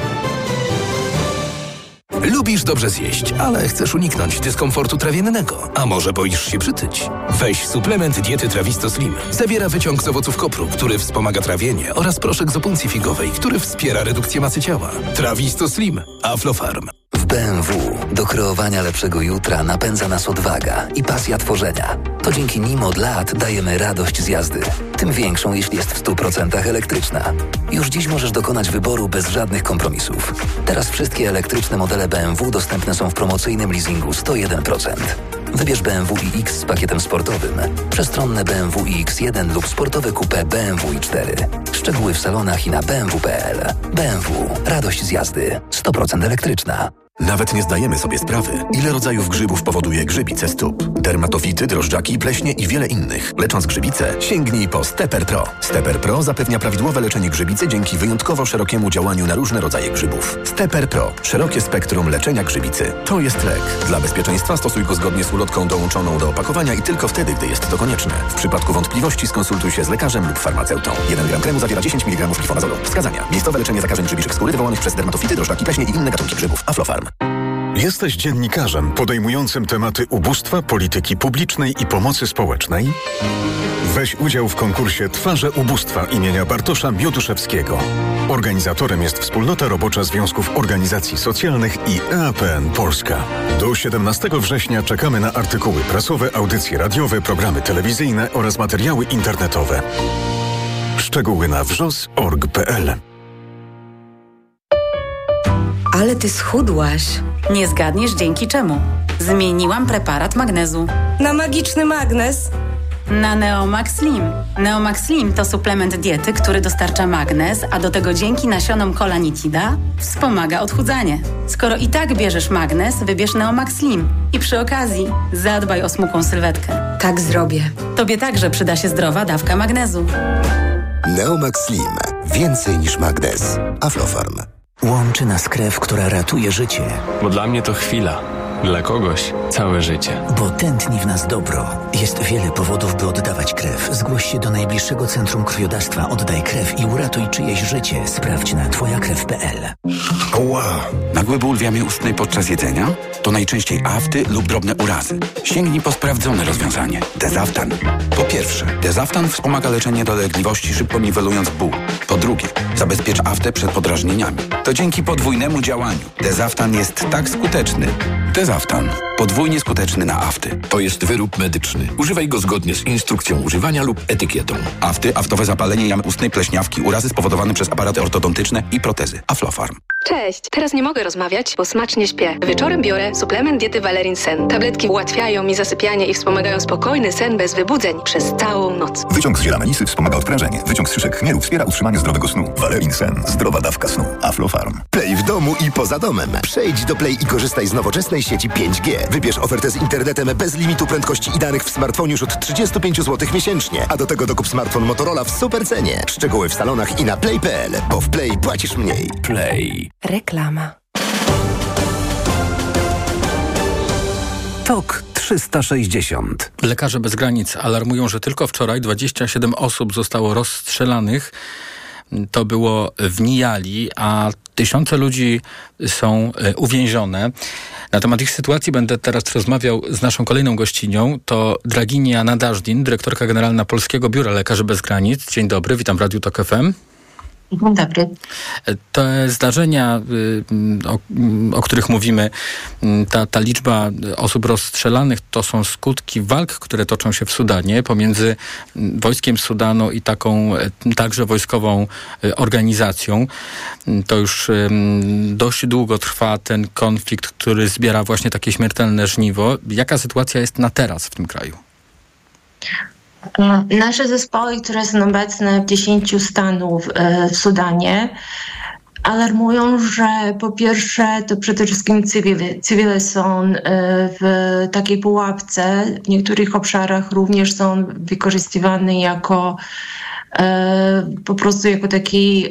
Lubisz dobrze zjeść, ale chcesz uniknąć dyskomfortu trawiennego. A może boisz się przytyć? Weź suplement diety Trawisto Slim. Zawiera wyciąg z owoców kopru, który wspomaga trawienie, oraz proszek z opuncji figowej, który wspiera redukcję masy ciała. Trawisto Slim. Aflofarm. W B M W do kreowania lepszego jutra napędza nas odwaga i pasja tworzenia. To dzięki nim od lat dajemy radość z jazdy. Tym większą, jeśli jest w stu procentach elektryczna. Już dziś możesz dokonać wyboru bez żadnych kompromisów. Teraz wszystkie elektryczne modele B M W dostępne są w promocyjnym leasingu sto jeden procent. Wybierz B M W iX z pakietem sportowym, przestronne B M W iX jeden lub sportowe coupé B M W i cztery. Szczegóły w salonach i na b m w kropka p l. B M W. Radość z jazdy. sto procent elektryczna. Nawet nie zdajemy sobie sprawy, ile rodzajów grzybów powoduje grzybice stóp. Dermatofity, drożdżaki, pleśnie i wiele innych. Lecząc grzybice, sięgnij po Stepper Pro. Stepper Pro zapewnia prawidłowe leczenie grzybicy dzięki wyjątkowo szerokiemu działaniu na różne rodzaje grzybów. Stepper Pro. Szerokie spektrum leczenia grzybicy. To jest lek. Dla bezpieczeństwa stosuj go zgodnie z ulotką dołączoną do opakowania i tylko wtedy, gdy jest to konieczne. W przypadku wątpliwości skonsultuj się z lekarzem lub farmaceutą. jeden gram kremu zawiera dziesięć miligramów glifonazolu. Wskazania. Miejscowe leczenie zakażeń grzybiczych skóry wywołanych przez dermatofity, drożdżaki, pleśnie i inne gatunki grzybów. Aflofarm. Jesteś dziennikarzem podejmującym tematy ubóstwa, polityki publicznej i pomocy społecznej? Weź udział w konkursie Twarze ubóstwa imienia Bartosza Mioduszewskiego. Organizatorem jest Wspólnota Robocza Związków Organizacji Socjalnych i E A P N Polska. Do siedemnastego września czekamy na artykuły prasowe, audycje radiowe, programy telewizyjne oraz materiały internetowe. Szczegóły na wrzos kropka org kropka pe el. Ale ty schudłaś. Nie zgadniesz dzięki czemu. Zmieniłam preparat magnezu. Na magiczny magnez? Na Neomax Slim. Neomax Slim to suplement diety, który dostarcza magnez, a do tego dzięki nasionom kolanitida wspomaga odchudzanie. Skoro i tak bierzesz magnez, wybierz Neomax Slim. I przy okazji zadbaj o smukłą sylwetkę. Tak zrobię. Tobie także przyda się zdrowa dawka magnezu. Neomax Slim. Więcej niż magnez. Aflofarm. Łączy nas krew, która ratuje życie. Bo dla mnie to chwila. Dla kogoś całe życie. Bo tętni w nas dobro. Jest wiele powodów, by oddawać krew. Zgłoś się do najbliższego centrum krwiodawstwa. Oddaj krew i uratuj czyjeś życie. Sprawdź na twoja krew kropka pe el. Oła! Nagły ból w jamie ustnej podczas jedzenia? To najczęściej afty lub drobne urazy. Sięgnij po sprawdzone rozwiązanie. Dezaftan. Po pierwsze, Dezaftan wspomaga leczenie dolegliwości, szybko niwelując ból. Po drugie, zabezpiecz aftę przed podrażnieniami. To dzięki podwójnemu działaniu. Dezaftan jest tak skuteczny. Dezaftan. Podwójnie skuteczny na afty. To jest wyrób medyczny. Używaj go zgodnie z instrukcją używania lub etykietą. Afty, aftowe zapalenie jamy ustnej, pleśniawki, urazy spowodowane przez aparaty ortodontyczne i protezy. Aflofarm. Cześć, teraz nie mogę rozmawiać, bo smacznie śpię. Wieczorem biorę suplement diety Valerin Sen. Tabletki ułatwiają mi zasypianie i wspomagają spokojny sen bez wybudzeń przez całą noc. Wyciąg z ziela melisy wspomaga odprężenie. Wyciąg z szyszek chmielu wspiera utrzymanie zdrowego snu. Valerin Sen. Zdrowa dawka snu. Aflofarm. Play w domu i poza domem. Przejdź do Play i korzystaj z nowoczesnej sieci pięć G. Wybierz ofertę z internetem bez limitu prędkości i danych w smartfonie już od trzydzieści pięć złotych miesięcznie. A do tego dokup smartfon Motorola w super cenie. Szczegóły w salonach i na play kropka pe el, bo w Play płacisz mniej. Play. Reklama. Tok trzysta sześćdziesiąt. Lekarze bez granic alarmują, że tylko wczoraj dwadzieścia siedem osób zostało rozstrzelanych. To było w Nijali, a tysiące ludzi są uwięzione. Na temat ich sytuacji będę teraz rozmawiał z naszą kolejną gościnią. To Draginia Nadażdin, dyrektorka generalna Polskiego Biura Lekarzy Bez Granic. Dzień dobry, witam w Radiu Tok F M. Dzień dobry. Te zdarzenia, o, o których mówimy, ta, ta liczba osób rozstrzelanych, to są skutki walk, które toczą się w Sudanie pomiędzy wojskiem Sudanu i taką także wojskową organizacją. To już dość długo trwa ten konflikt, który zbiera właśnie takie śmiertelne żniwo. Jaka sytuacja jest na teraz w tym kraju? Nasze zespoły, które są obecne w dziesięciu stanów w Sudanie, alarmują, że po pierwsze to przede wszystkim cywile. Cywile są w takiej pułapce, w niektórych obszarach również są wykorzystywane jako po prostu jako taki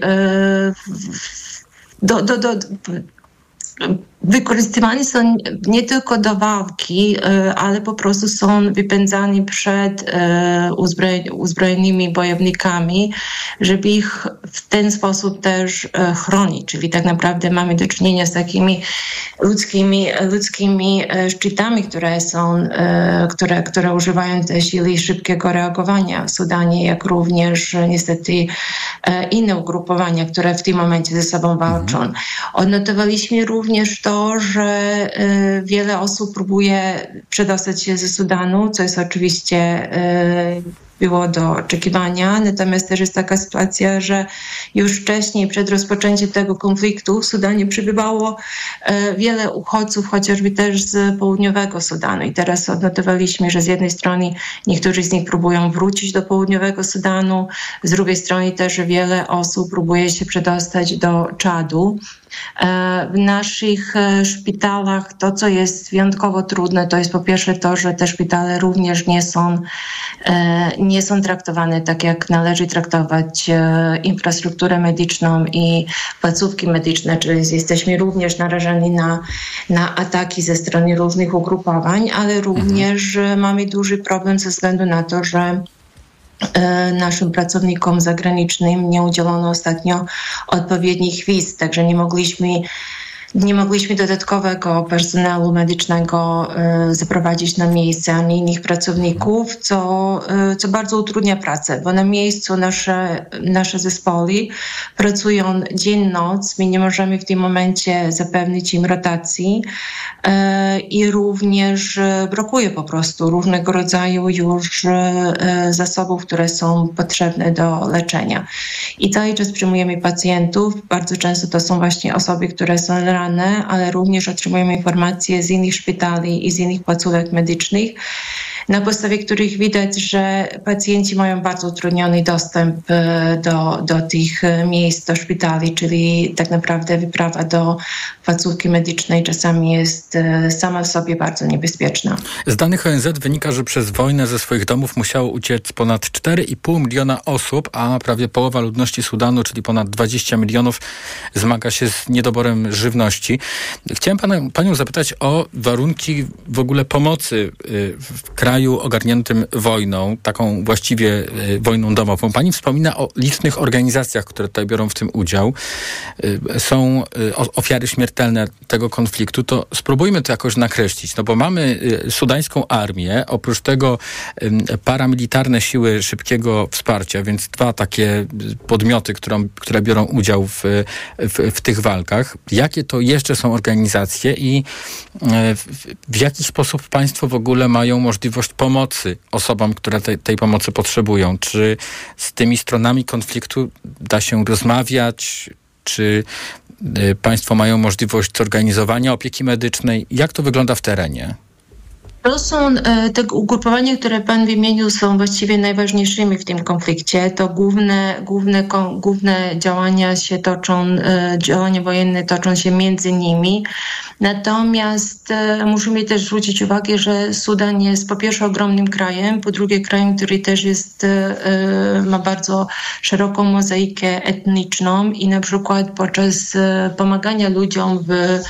do, do, do, wykorzystywani są nie tylko do walki, ale po prostu są wypędzani przed uzbrojonymi bojownikami, żeby ich w ten sposób też chronić. Czyli tak naprawdę mamy do czynienia z takimi ludzkimi, ludzkimi szczytami, które są, które, które używają te siły szybkiego reagowania w Sudanie, jak również niestety inne ugrupowania, które w tym momencie ze sobą walczą. Odnotowaliśmy również to, to, że y, wiele osób próbuje przedostać się ze Sudanu, co jest oczywiście y, było do oczekiwania. Natomiast też jest taka sytuacja, że już wcześniej, przed rozpoczęciem tego konfliktu w Sudanie przybywało y, wiele uchodźców, chociażby też z południowego Sudanu. I teraz odnotowaliśmy, że z jednej strony niektórzy z nich próbują wrócić do południowego Sudanu, z drugiej strony też wiele osób próbuje się przedostać do Czadu. W naszych szpitalach to, co jest wyjątkowo trudne, to jest po pierwsze to, że te szpitale również nie są, nie są traktowane tak, jak należy traktować infrastrukturę medyczną i placówki medyczne, czyli jesteśmy również narażeni na, na ataki ze strony różnych ugrupowań, ale również mhm. mamy duży problem ze względu na to, że naszym pracownikom zagranicznym nie udzielono ostatnio odpowiednich wiz, także nie mogliśmy Nie mogliśmy dodatkowego personelu medycznego y, zaprowadzić na miejsce, ani innych pracowników, co, y, co bardzo utrudnia pracę, bo na miejscu nasze, nasze zespoły pracują dzień, noc. My nie możemy w tym momencie zapewnić im rotacji y, i również brakuje po prostu różnego rodzaju już y, zasobów, które są potrzebne do leczenia. I cały czas przyjmujemy pacjentów. Bardzo często to są właśnie osoby, które są ranne, ale również otrzymujemy informacje z innych szpitali i z innych placówek medycznych, na podstawie których widać, że pacjenci mają bardzo utrudniony dostęp do, do tych miejsc, do szpitali, czyli tak naprawdę wyprawa do placówki medycznej czasami jest sama w sobie bardzo niebezpieczna. Z danych O N Z wynika, że przez wojnę ze swoich domów musiało uciec ponad cztery i pół miliona osób, a prawie połowa ludności Sudanu, czyli ponad dwadzieścia milionów, zmaga się z niedoborem żywności. Chciałem pana, panią zapytać o warunki w ogóle pomocy w kraju ogarniętym wojną, taką właściwie wojną domową. Pani wspomina o licznych organizacjach, które tutaj biorą w tym udział. Są ofiary śmiertelne tego konfliktu. To spróbujmy to jakoś nakreślić, no bo mamy sudańską armię, oprócz tego paramilitarne siły szybkiego wsparcia, więc dwa takie podmioty, które, które biorą udział w, w, w tych walkach. Jakie to jeszcze są organizacje i w, w jaki sposób państwo w ogóle mają możliwość pomocy osobom, które tej, tej pomocy potrzebują? Czy z tymi stronami konfliktu da się rozmawiać? Czy y, państwo mają możliwość zorganizowania opieki medycznej? Jak to wygląda w terenie? To są te ugrupowania, które pan wymienił, są właściwie najważniejszymi w tym konflikcie. To główne, główne, główne działania się toczą, działania wojenne toczą się między nimi. Natomiast musimy też zwrócić uwagę, że Sudan jest po pierwsze ogromnym krajem, po drugie krajem, który też jest, ma bardzo szeroką mozaikę etniczną i na przykład podczas pomagania ludziom w,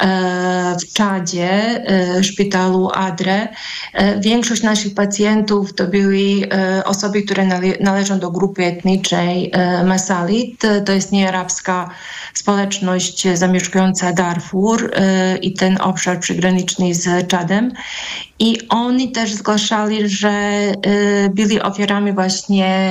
w Czadzie, szpitalu Adre, większość naszych pacjentów to były osoby, które nale- należą do grupy etniczej Masalit. To jest niearabska społeczność zamieszkująca Darfur i ten obszar przygraniczny z Czadem. I oni też zgłaszali, że y, byli ofiarami właśnie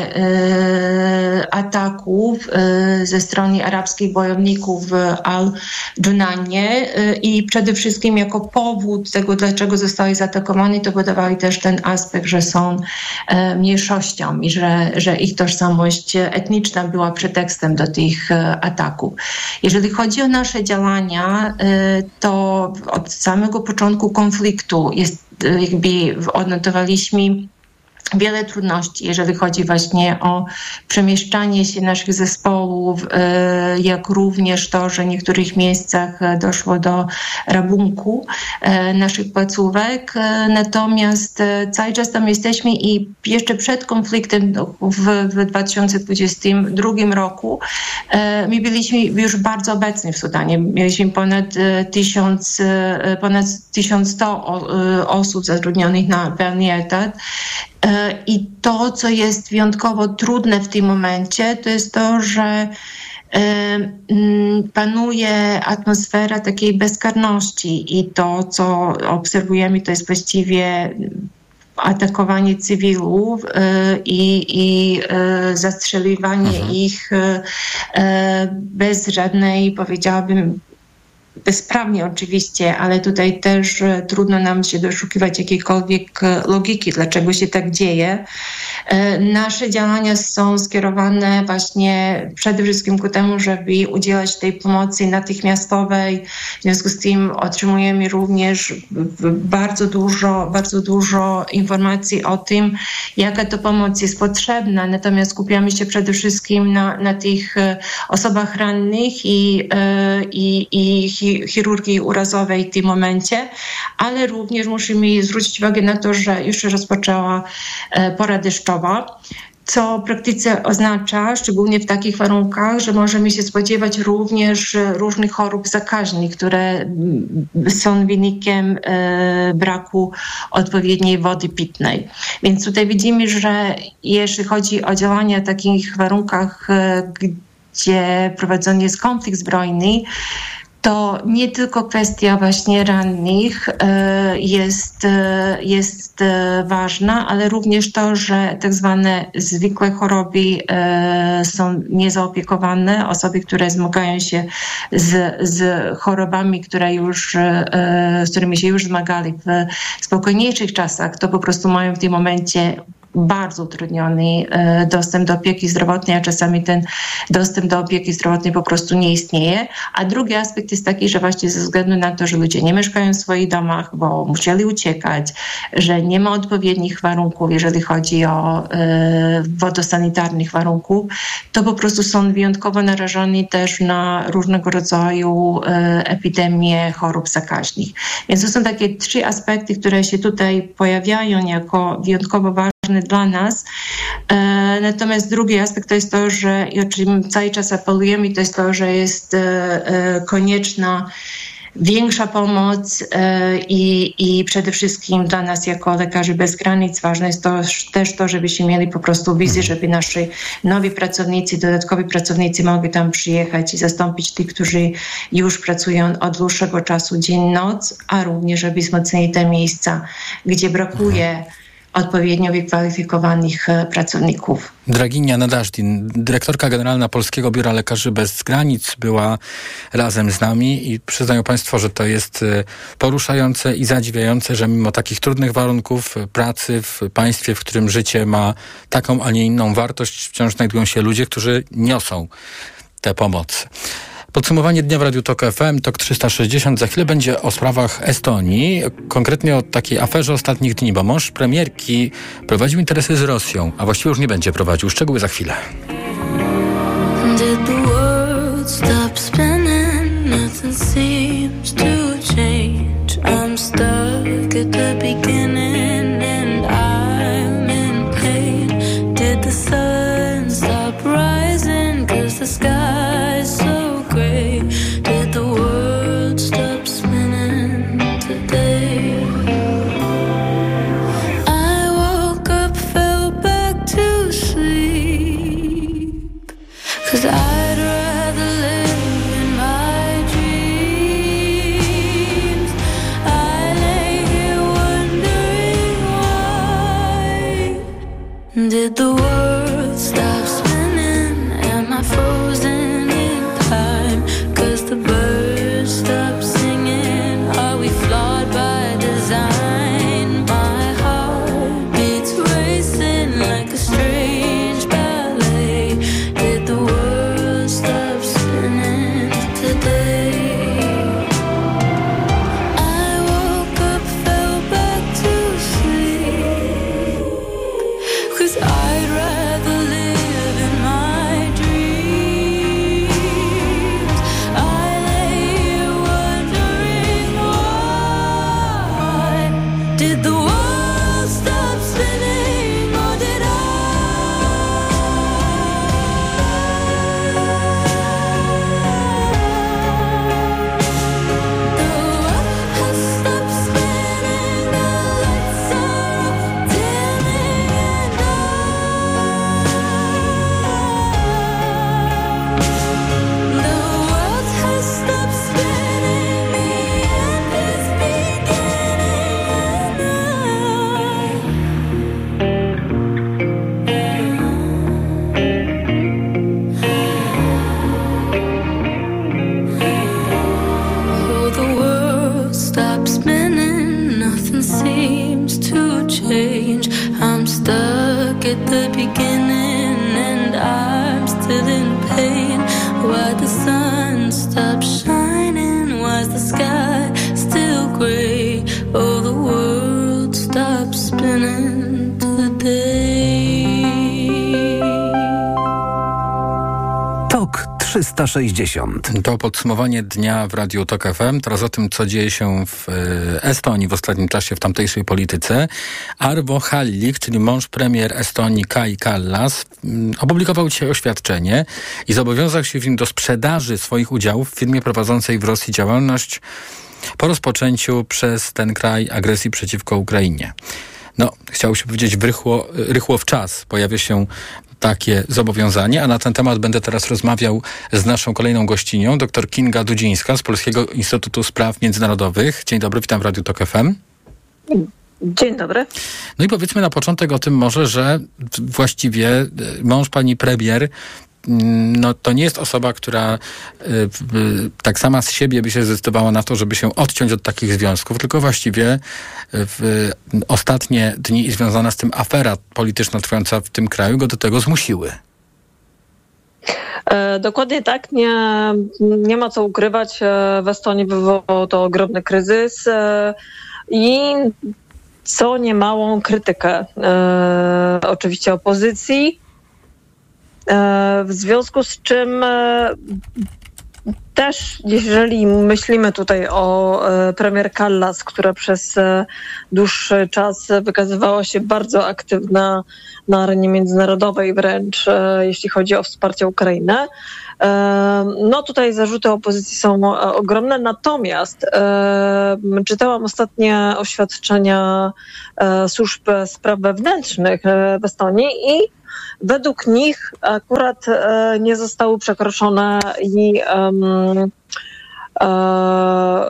y, ataków y, ze strony arabskich bojowników w Al-Junanie y, i przede wszystkim jako powód tego, dlaczego zostali zaatakowani, to podawali też ten aspekt, że są y, mniejszością i że, że ich tożsamość etniczna była pretekstem do tych y, ataków. Jeżeli chodzi o nasze działania, y, to od samego początku konfliktu jest jakby odnotowaliśmy wiele trudności, jeżeli chodzi właśnie o przemieszczanie się naszych zespołów, jak również to, że w niektórych miejscach doszło do rabunku naszych placówek. Natomiast cały czas tam jesteśmy i jeszcze przed konfliktem w, w dwa tysiące dwudziestym drugim roku my byliśmy już bardzo obecni w Sudanie. Mieliśmy ponad tysiąc, ponad tysiąc sto osób zatrudnionych na pełny etat. I to, co jest wyjątkowo trudne w tym momencie, to jest to, że panuje atmosfera takiej bezkarności i to, co obserwujemy, to jest właściwie atakowanie cywilów i, i zastrzeliwanie mhm. ich bez żadnej, powiedziałabym, bezprawnie oczywiście, ale tutaj też trudno nam się doszukiwać jakiejkolwiek logiki, dlaczego się tak dzieje. Nasze działania są skierowane właśnie przede wszystkim ku temu, żeby udzielać tej pomocy natychmiastowej. W związku z tym otrzymujemy również bardzo dużo, bardzo dużo informacji o tym, jaka to pomoc jest potrzebna. Natomiast skupiamy się przede wszystkim na, na tych osobach rannych i, i, i chirurgii urazowej w tym momencie, ale również musimy zwrócić uwagę na to, że już się rozpoczęła pora deszczowa, co w praktyce oznacza, szczególnie w takich warunkach, że możemy się spodziewać również różnych chorób zakaźnych, które są wynikiem braku odpowiedniej wody pitnej. Więc tutaj widzimy, że jeśli chodzi o działania w takich warunkach, gdzie prowadzony jest konflikt zbrojny, to nie tylko kwestia właśnie rannych jest, jest ważna, ale również to, że tak zwane zwykłe choroby są niezaopiekowane. Osoby, które zmagają się z, z chorobami, które już, z którymi się już zmagali w spokojniejszych czasach, to po prostu mają w tym momencie bardzo utrudniony dostęp do opieki zdrowotnej, a czasami ten dostęp do opieki zdrowotnej po prostu nie istnieje. A drugi aspekt jest taki, że właśnie ze względu na to, że ludzie nie mieszkają w swoich domach, bo musieli uciekać, że nie ma odpowiednich warunków, jeżeli chodzi o e, wodosanitarnych warunków, to po prostu są wyjątkowo narażeni też na różnego rodzaju e, epidemie chorób zakaźnych. Więc to są takie trzy aspekty, które się tutaj pojawiają jako wyjątkowo ważne dla nas. E, natomiast drugi aspekt to jest to, że i o czym cały czas apelujemy, to jest to, że jest e, e, konieczna większa pomoc e, i, i przede wszystkim dla nas jako lekarzy bez granic ważne jest to, też to, żebyśmy mieli po prostu wizję, żeby nasi nowi pracownicy, dodatkowi pracownicy mogli tam przyjechać i zastąpić tych, którzy już pracują od dłuższego czasu dzień, noc, a również żeby wzmocnili te miejsca, gdzie brakuje odpowiednio wykwalifikowanych pracowników. Draginia Nadażdin, dyrektorka generalna Polskiego Biura Lekarzy Bez Granic, była razem z nami i przyznają Państwo, że to jest poruszające i zadziwiające, że mimo takich trudnych warunków pracy w państwie, w którym życie ma taką, a nie inną wartość, wciąż znajdują się ludzie, którzy niosą tę pomoc. Podsumowanie dnia w Radiu Tok F M, Tok trzysta sześćdziesiąt. Za chwilę będzie o sprawach Estonii, konkretnie o takiej aferze ostatnich dni, bo mąż premierki prowadził interesy z Rosją, a właściwie już nie będzie prowadził. Szczegóły za chwilę. Did the world stop spinning? Nothing seems to change. I'm stuck at the beginning and I'm in pain. Did the sun stop rising? 'Cause the sky's so did the world stop spinning today? I woke up, fell back to sleep, 'cause I'd rather live in my dreams. I lay here wondering why. Did the world stop spinning? Am I frozen? The birds stop singing. Are we flawed by design? My heart beats racing like a strange ballet. Did the world stop spinning today? I woke up, fell back to sleep, 'cause I'd rather live in my dreams. Did the world stop spinning, or did I? The world has stopped spinning, the lights are dimming and I. The world has stopped spinning, the end is beginning. Oh, the world stops spinning, nothing seems to change. I'm stuck at the beginning and I'm still in pain. Why the sun stops shining? Why's the sky still gray? Oh, the world stops spinning today. Tok trzysta sześćdziesiąt. To podsumowanie dnia w Radiu Tok F M. Teraz o tym, co dzieje się w Estonii w ostatnim czasie w tamtejszej polityce. Arvo Hallik, czyli mąż premier Estonii Kai Kallas, opublikował dzisiaj oświadczenie i zobowiązał się w nim do sprzedaży swoich udziałów w firmie prowadzącej w Rosji działalność po rozpoczęciu przez ten kraj agresji przeciwko Ukrainie. No, chciało się powiedzieć rychło, rychło w czas. Pojawia się takie zobowiązanie, a na ten temat będę teraz rozmawiał z naszą kolejną gościnią, dr Kinga Dudzińska z Polskiego Instytutu Spraw Międzynarodowych. Dzień dobry, witam w Radiu Tok F M. Dzień dobry. No i powiedzmy na początek o tym może, że właściwie mąż pani premier no to nie jest osoba, która y, y, tak sama z siebie by się zdecydowała na to, żeby się odciąć od takich związków, tylko właściwie w y, ostatnie dni i związana z tym afera polityczna trwająca w tym kraju go do tego zmusiły. E, dokładnie tak. Nie, nie ma co ukrywać. W Estonii wywołał to ogromny kryzys e, i co niemałą krytykę e, oczywiście opozycji. W związku z czym też, jeżeli myślimy tutaj o premier Kallas, która przez dłuższy czas wykazywała się bardzo aktywna na arenie międzynarodowej wręcz, jeśli chodzi o wsparcie Ukrainy, no tutaj zarzuty opozycji są ogromne, natomiast czytałam ostatnie oświadczenia służb spraw wewnętrznych w Estonii i według nich akurat e, nie zostały przekroczone i um, e,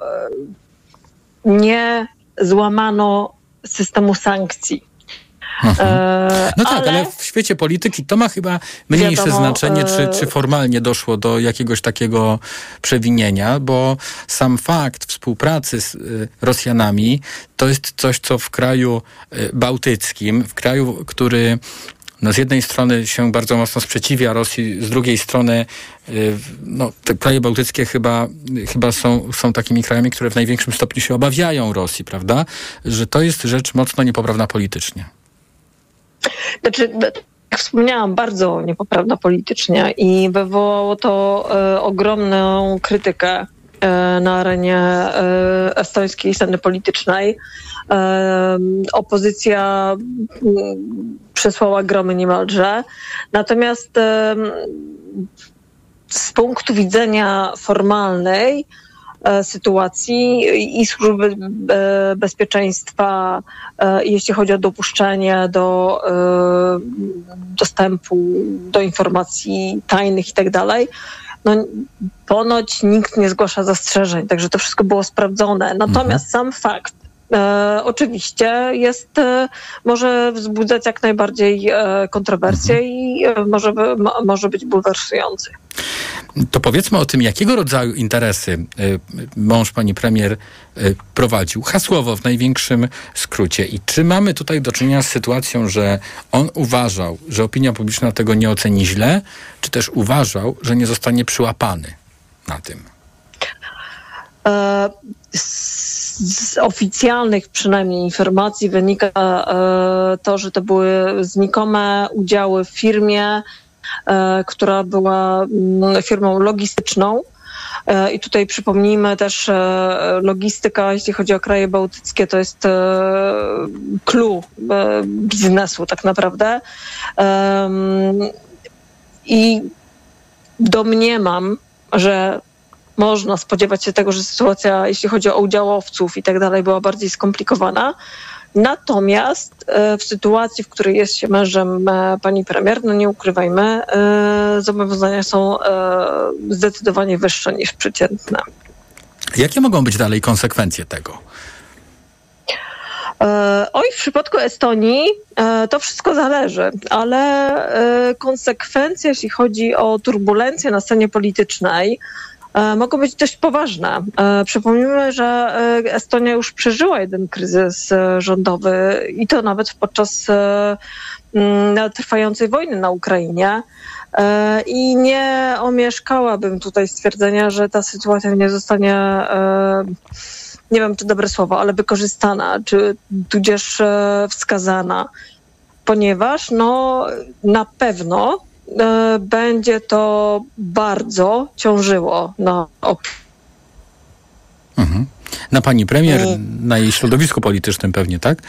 nie złamano systemu sankcji. E, no tak, ale, ale w świecie polityki to ma chyba mniejsze wiadomo, znaczenie, czy, czy formalnie doszło do jakiegoś takiego przewinienia, bo sam fakt współpracy z y, Rosjanami to jest coś, co w kraju y, bałtyckim, w kraju, który no z jednej strony się bardzo mocno sprzeciwia Rosji, z drugiej strony no, te kraje bałtyckie chyba, chyba są, są takimi krajami, które w największym stopniu się obawiają Rosji, prawda? Że to jest rzecz mocno niepoprawna politycznie. Znaczy, jak wspomniałam, bardzo niepoprawna politycznie i wywołało to e, ogromną krytykę e, na arenie e, estońskiej sceny politycznej. E, opozycja m, przesłała gromy niemalże. Natomiast e, z punktu widzenia formalnej e, sytuacji i służby e, bezpieczeństwa, e, jeśli chodzi o dopuszczenie do e, dostępu do informacji tajnych i tak dalej, no ponoć nikt nie zgłasza zastrzeżeń, także to wszystko było sprawdzone. Natomiast mhm. sam fakt E, oczywiście jest, e, może wzbudzać jak najbardziej e, kontrowersje mhm. i e, może, m, może być bulwersujący. To powiedzmy o tym, jakiego rodzaju interesy y, mąż pani premier y, prowadził. Hasłowo w największym skrócie. I czy mamy tutaj do czynienia z sytuacją, że on uważał, że opinia publiczna tego nie oceni źle, czy też uważał, że nie zostanie przyłapany na tym? E, z oficjalnych przynajmniej informacji wynika e, to, że to były znikome udziały w firmie, e, która była m, firmą logistyczną. E, I tutaj przypomnijmy też, e, logistyka, jeśli chodzi o kraje bałtyckie, to jest e, clue e, biznesu tak naprawdę. E, I domniemam, że można spodziewać się tego, że sytuacja, jeśli chodzi o udziałowców i tak dalej, była bardziej skomplikowana. Natomiast e, w sytuacji, w której jest się mężem e, pani premier, no nie ukrywajmy, e, zobowiązania są e, zdecydowanie wyższe niż przeciętne. Jakie mogą być dalej konsekwencje tego? E, oj, w przypadku Estonii e, to wszystko zależy, ale e, konsekwencje, jeśli chodzi o turbulencje na scenie politycznej, mogą być dość poważne. Przypomnijmy, że Estonia już przeżyła jeden kryzys rządowy i to nawet podczas trwającej wojny na Ukrainie. I nie omieszkałabym tutaj stwierdzenia, że ta sytuacja nie zostanie, nie wiem czy dobre słowo, ale wykorzystana, czy tudzież wskazana, ponieważ no na pewno będzie to bardzo ciążyło na opinii. Mhm. Na pani premier, I... na jej środowisku politycznym pewnie, tak?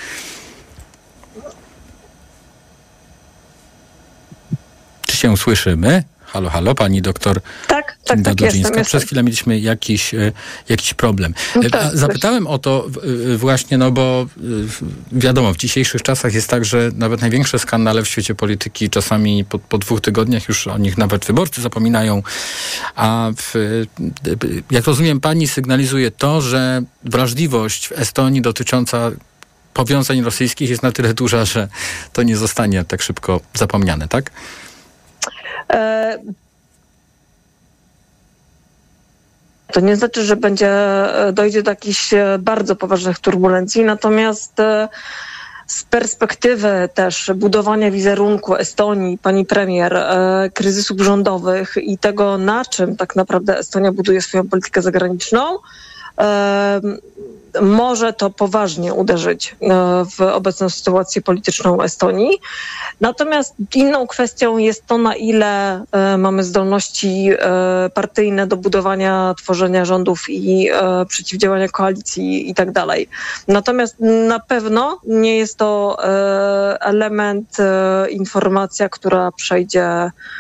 Czy się słyszymy? Halo, halo, pani doktor Tak, tak, Kinga tak, Dudzińska. jestem, Przez jestem. chwilę mieliśmy jakiś, e, jakiś problem. No E, tak, a Zapytałem o to e, właśnie, no bo e, wiadomo, w dzisiejszych czasach jest tak, że nawet największe skandale w świecie polityki czasami po, po dwóch tygodniach już o nich nawet wyborcy zapominają. A w, e, jak rozumiem, pani sygnalizuje to, że wrażliwość w Estonii dotycząca powiązań rosyjskich jest na tyle duża, że to nie zostanie tak szybko zapomniane, tak? E, To nie znaczy, że będzie, dojdzie do jakichś bardzo poważnych turbulencji, natomiast e, z perspektywy też budowania wizerunku Estonii, pani premier, e, kryzysów rządowych i tego, na czym tak naprawdę Estonia buduje swoją politykę zagraniczną, e, może to poważnie uderzyć w obecną sytuację polityczną Estonii. Natomiast inną kwestią jest to, na ile mamy zdolności partyjne do budowania, tworzenia rządów i przeciwdziałania koalicji i tak dalej. Natomiast na pewno nie jest to element, informacja, która przejdzie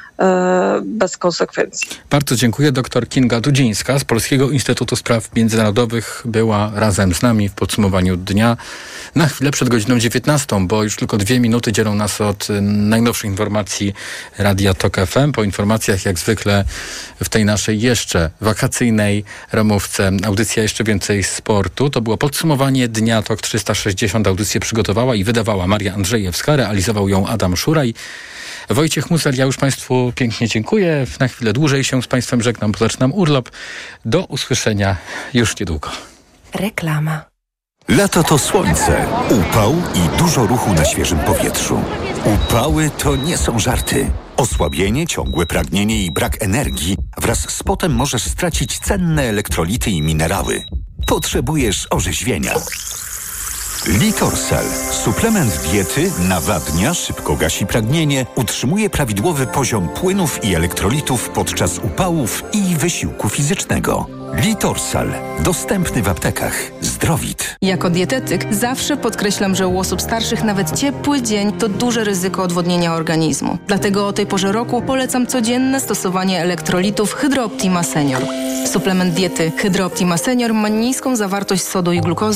bez konsekwencji. Bardzo dziękuję. Doktor Kinga Dudzińska z Polskiego Instytutu Spraw Międzynarodowych była razem z nami w podsumowaniu dnia na chwilę przed godziną dziewiętnastą, bo już tylko dwie minuty dzielą nas od najnowszych informacji Radia Tok F M. Po informacjach jak zwykle w tej naszej jeszcze wakacyjnej ramówce audycja Jeszcze Więcej Sportu. To było podsumowanie dnia Tok trzysta sześćdziesiąt. Audycję przygotowała i wydawała Maria Andrzejewska, realizował ją Adam Szuraj. Wojciech Muser, ja już Państwu pięknie dziękuję. Na chwilę dłużej się z Państwem żegnam, bo zaczynam urlop. Do usłyszenia już niedługo. Reklama. Lato to słońce, upał i dużo ruchu na świeżym powietrzu. Upały to nie są żarty. Osłabienie, ciągłe pragnienie i brak energii wraz z potem możesz stracić cenne elektrolity i minerały. Potrzebujesz orzeźwienia. Litorsal. Suplement diety nawadnia, szybko gasi pragnienie, utrzymuje prawidłowy poziom płynów i elektrolitów podczas upałów i wysiłku fizycznego. Litorsal. Dostępny w aptekach. Zdrowit. Jako dietetyk zawsze podkreślam, że u osób starszych nawet ciepły dzień to duże ryzyko odwodnienia organizmu. Dlatego o tej porze roku polecam codzienne stosowanie elektrolitów Hydro Optima Senior. Suplement diety Hydro Optima Senior ma niską zawartość sodu i glukozy,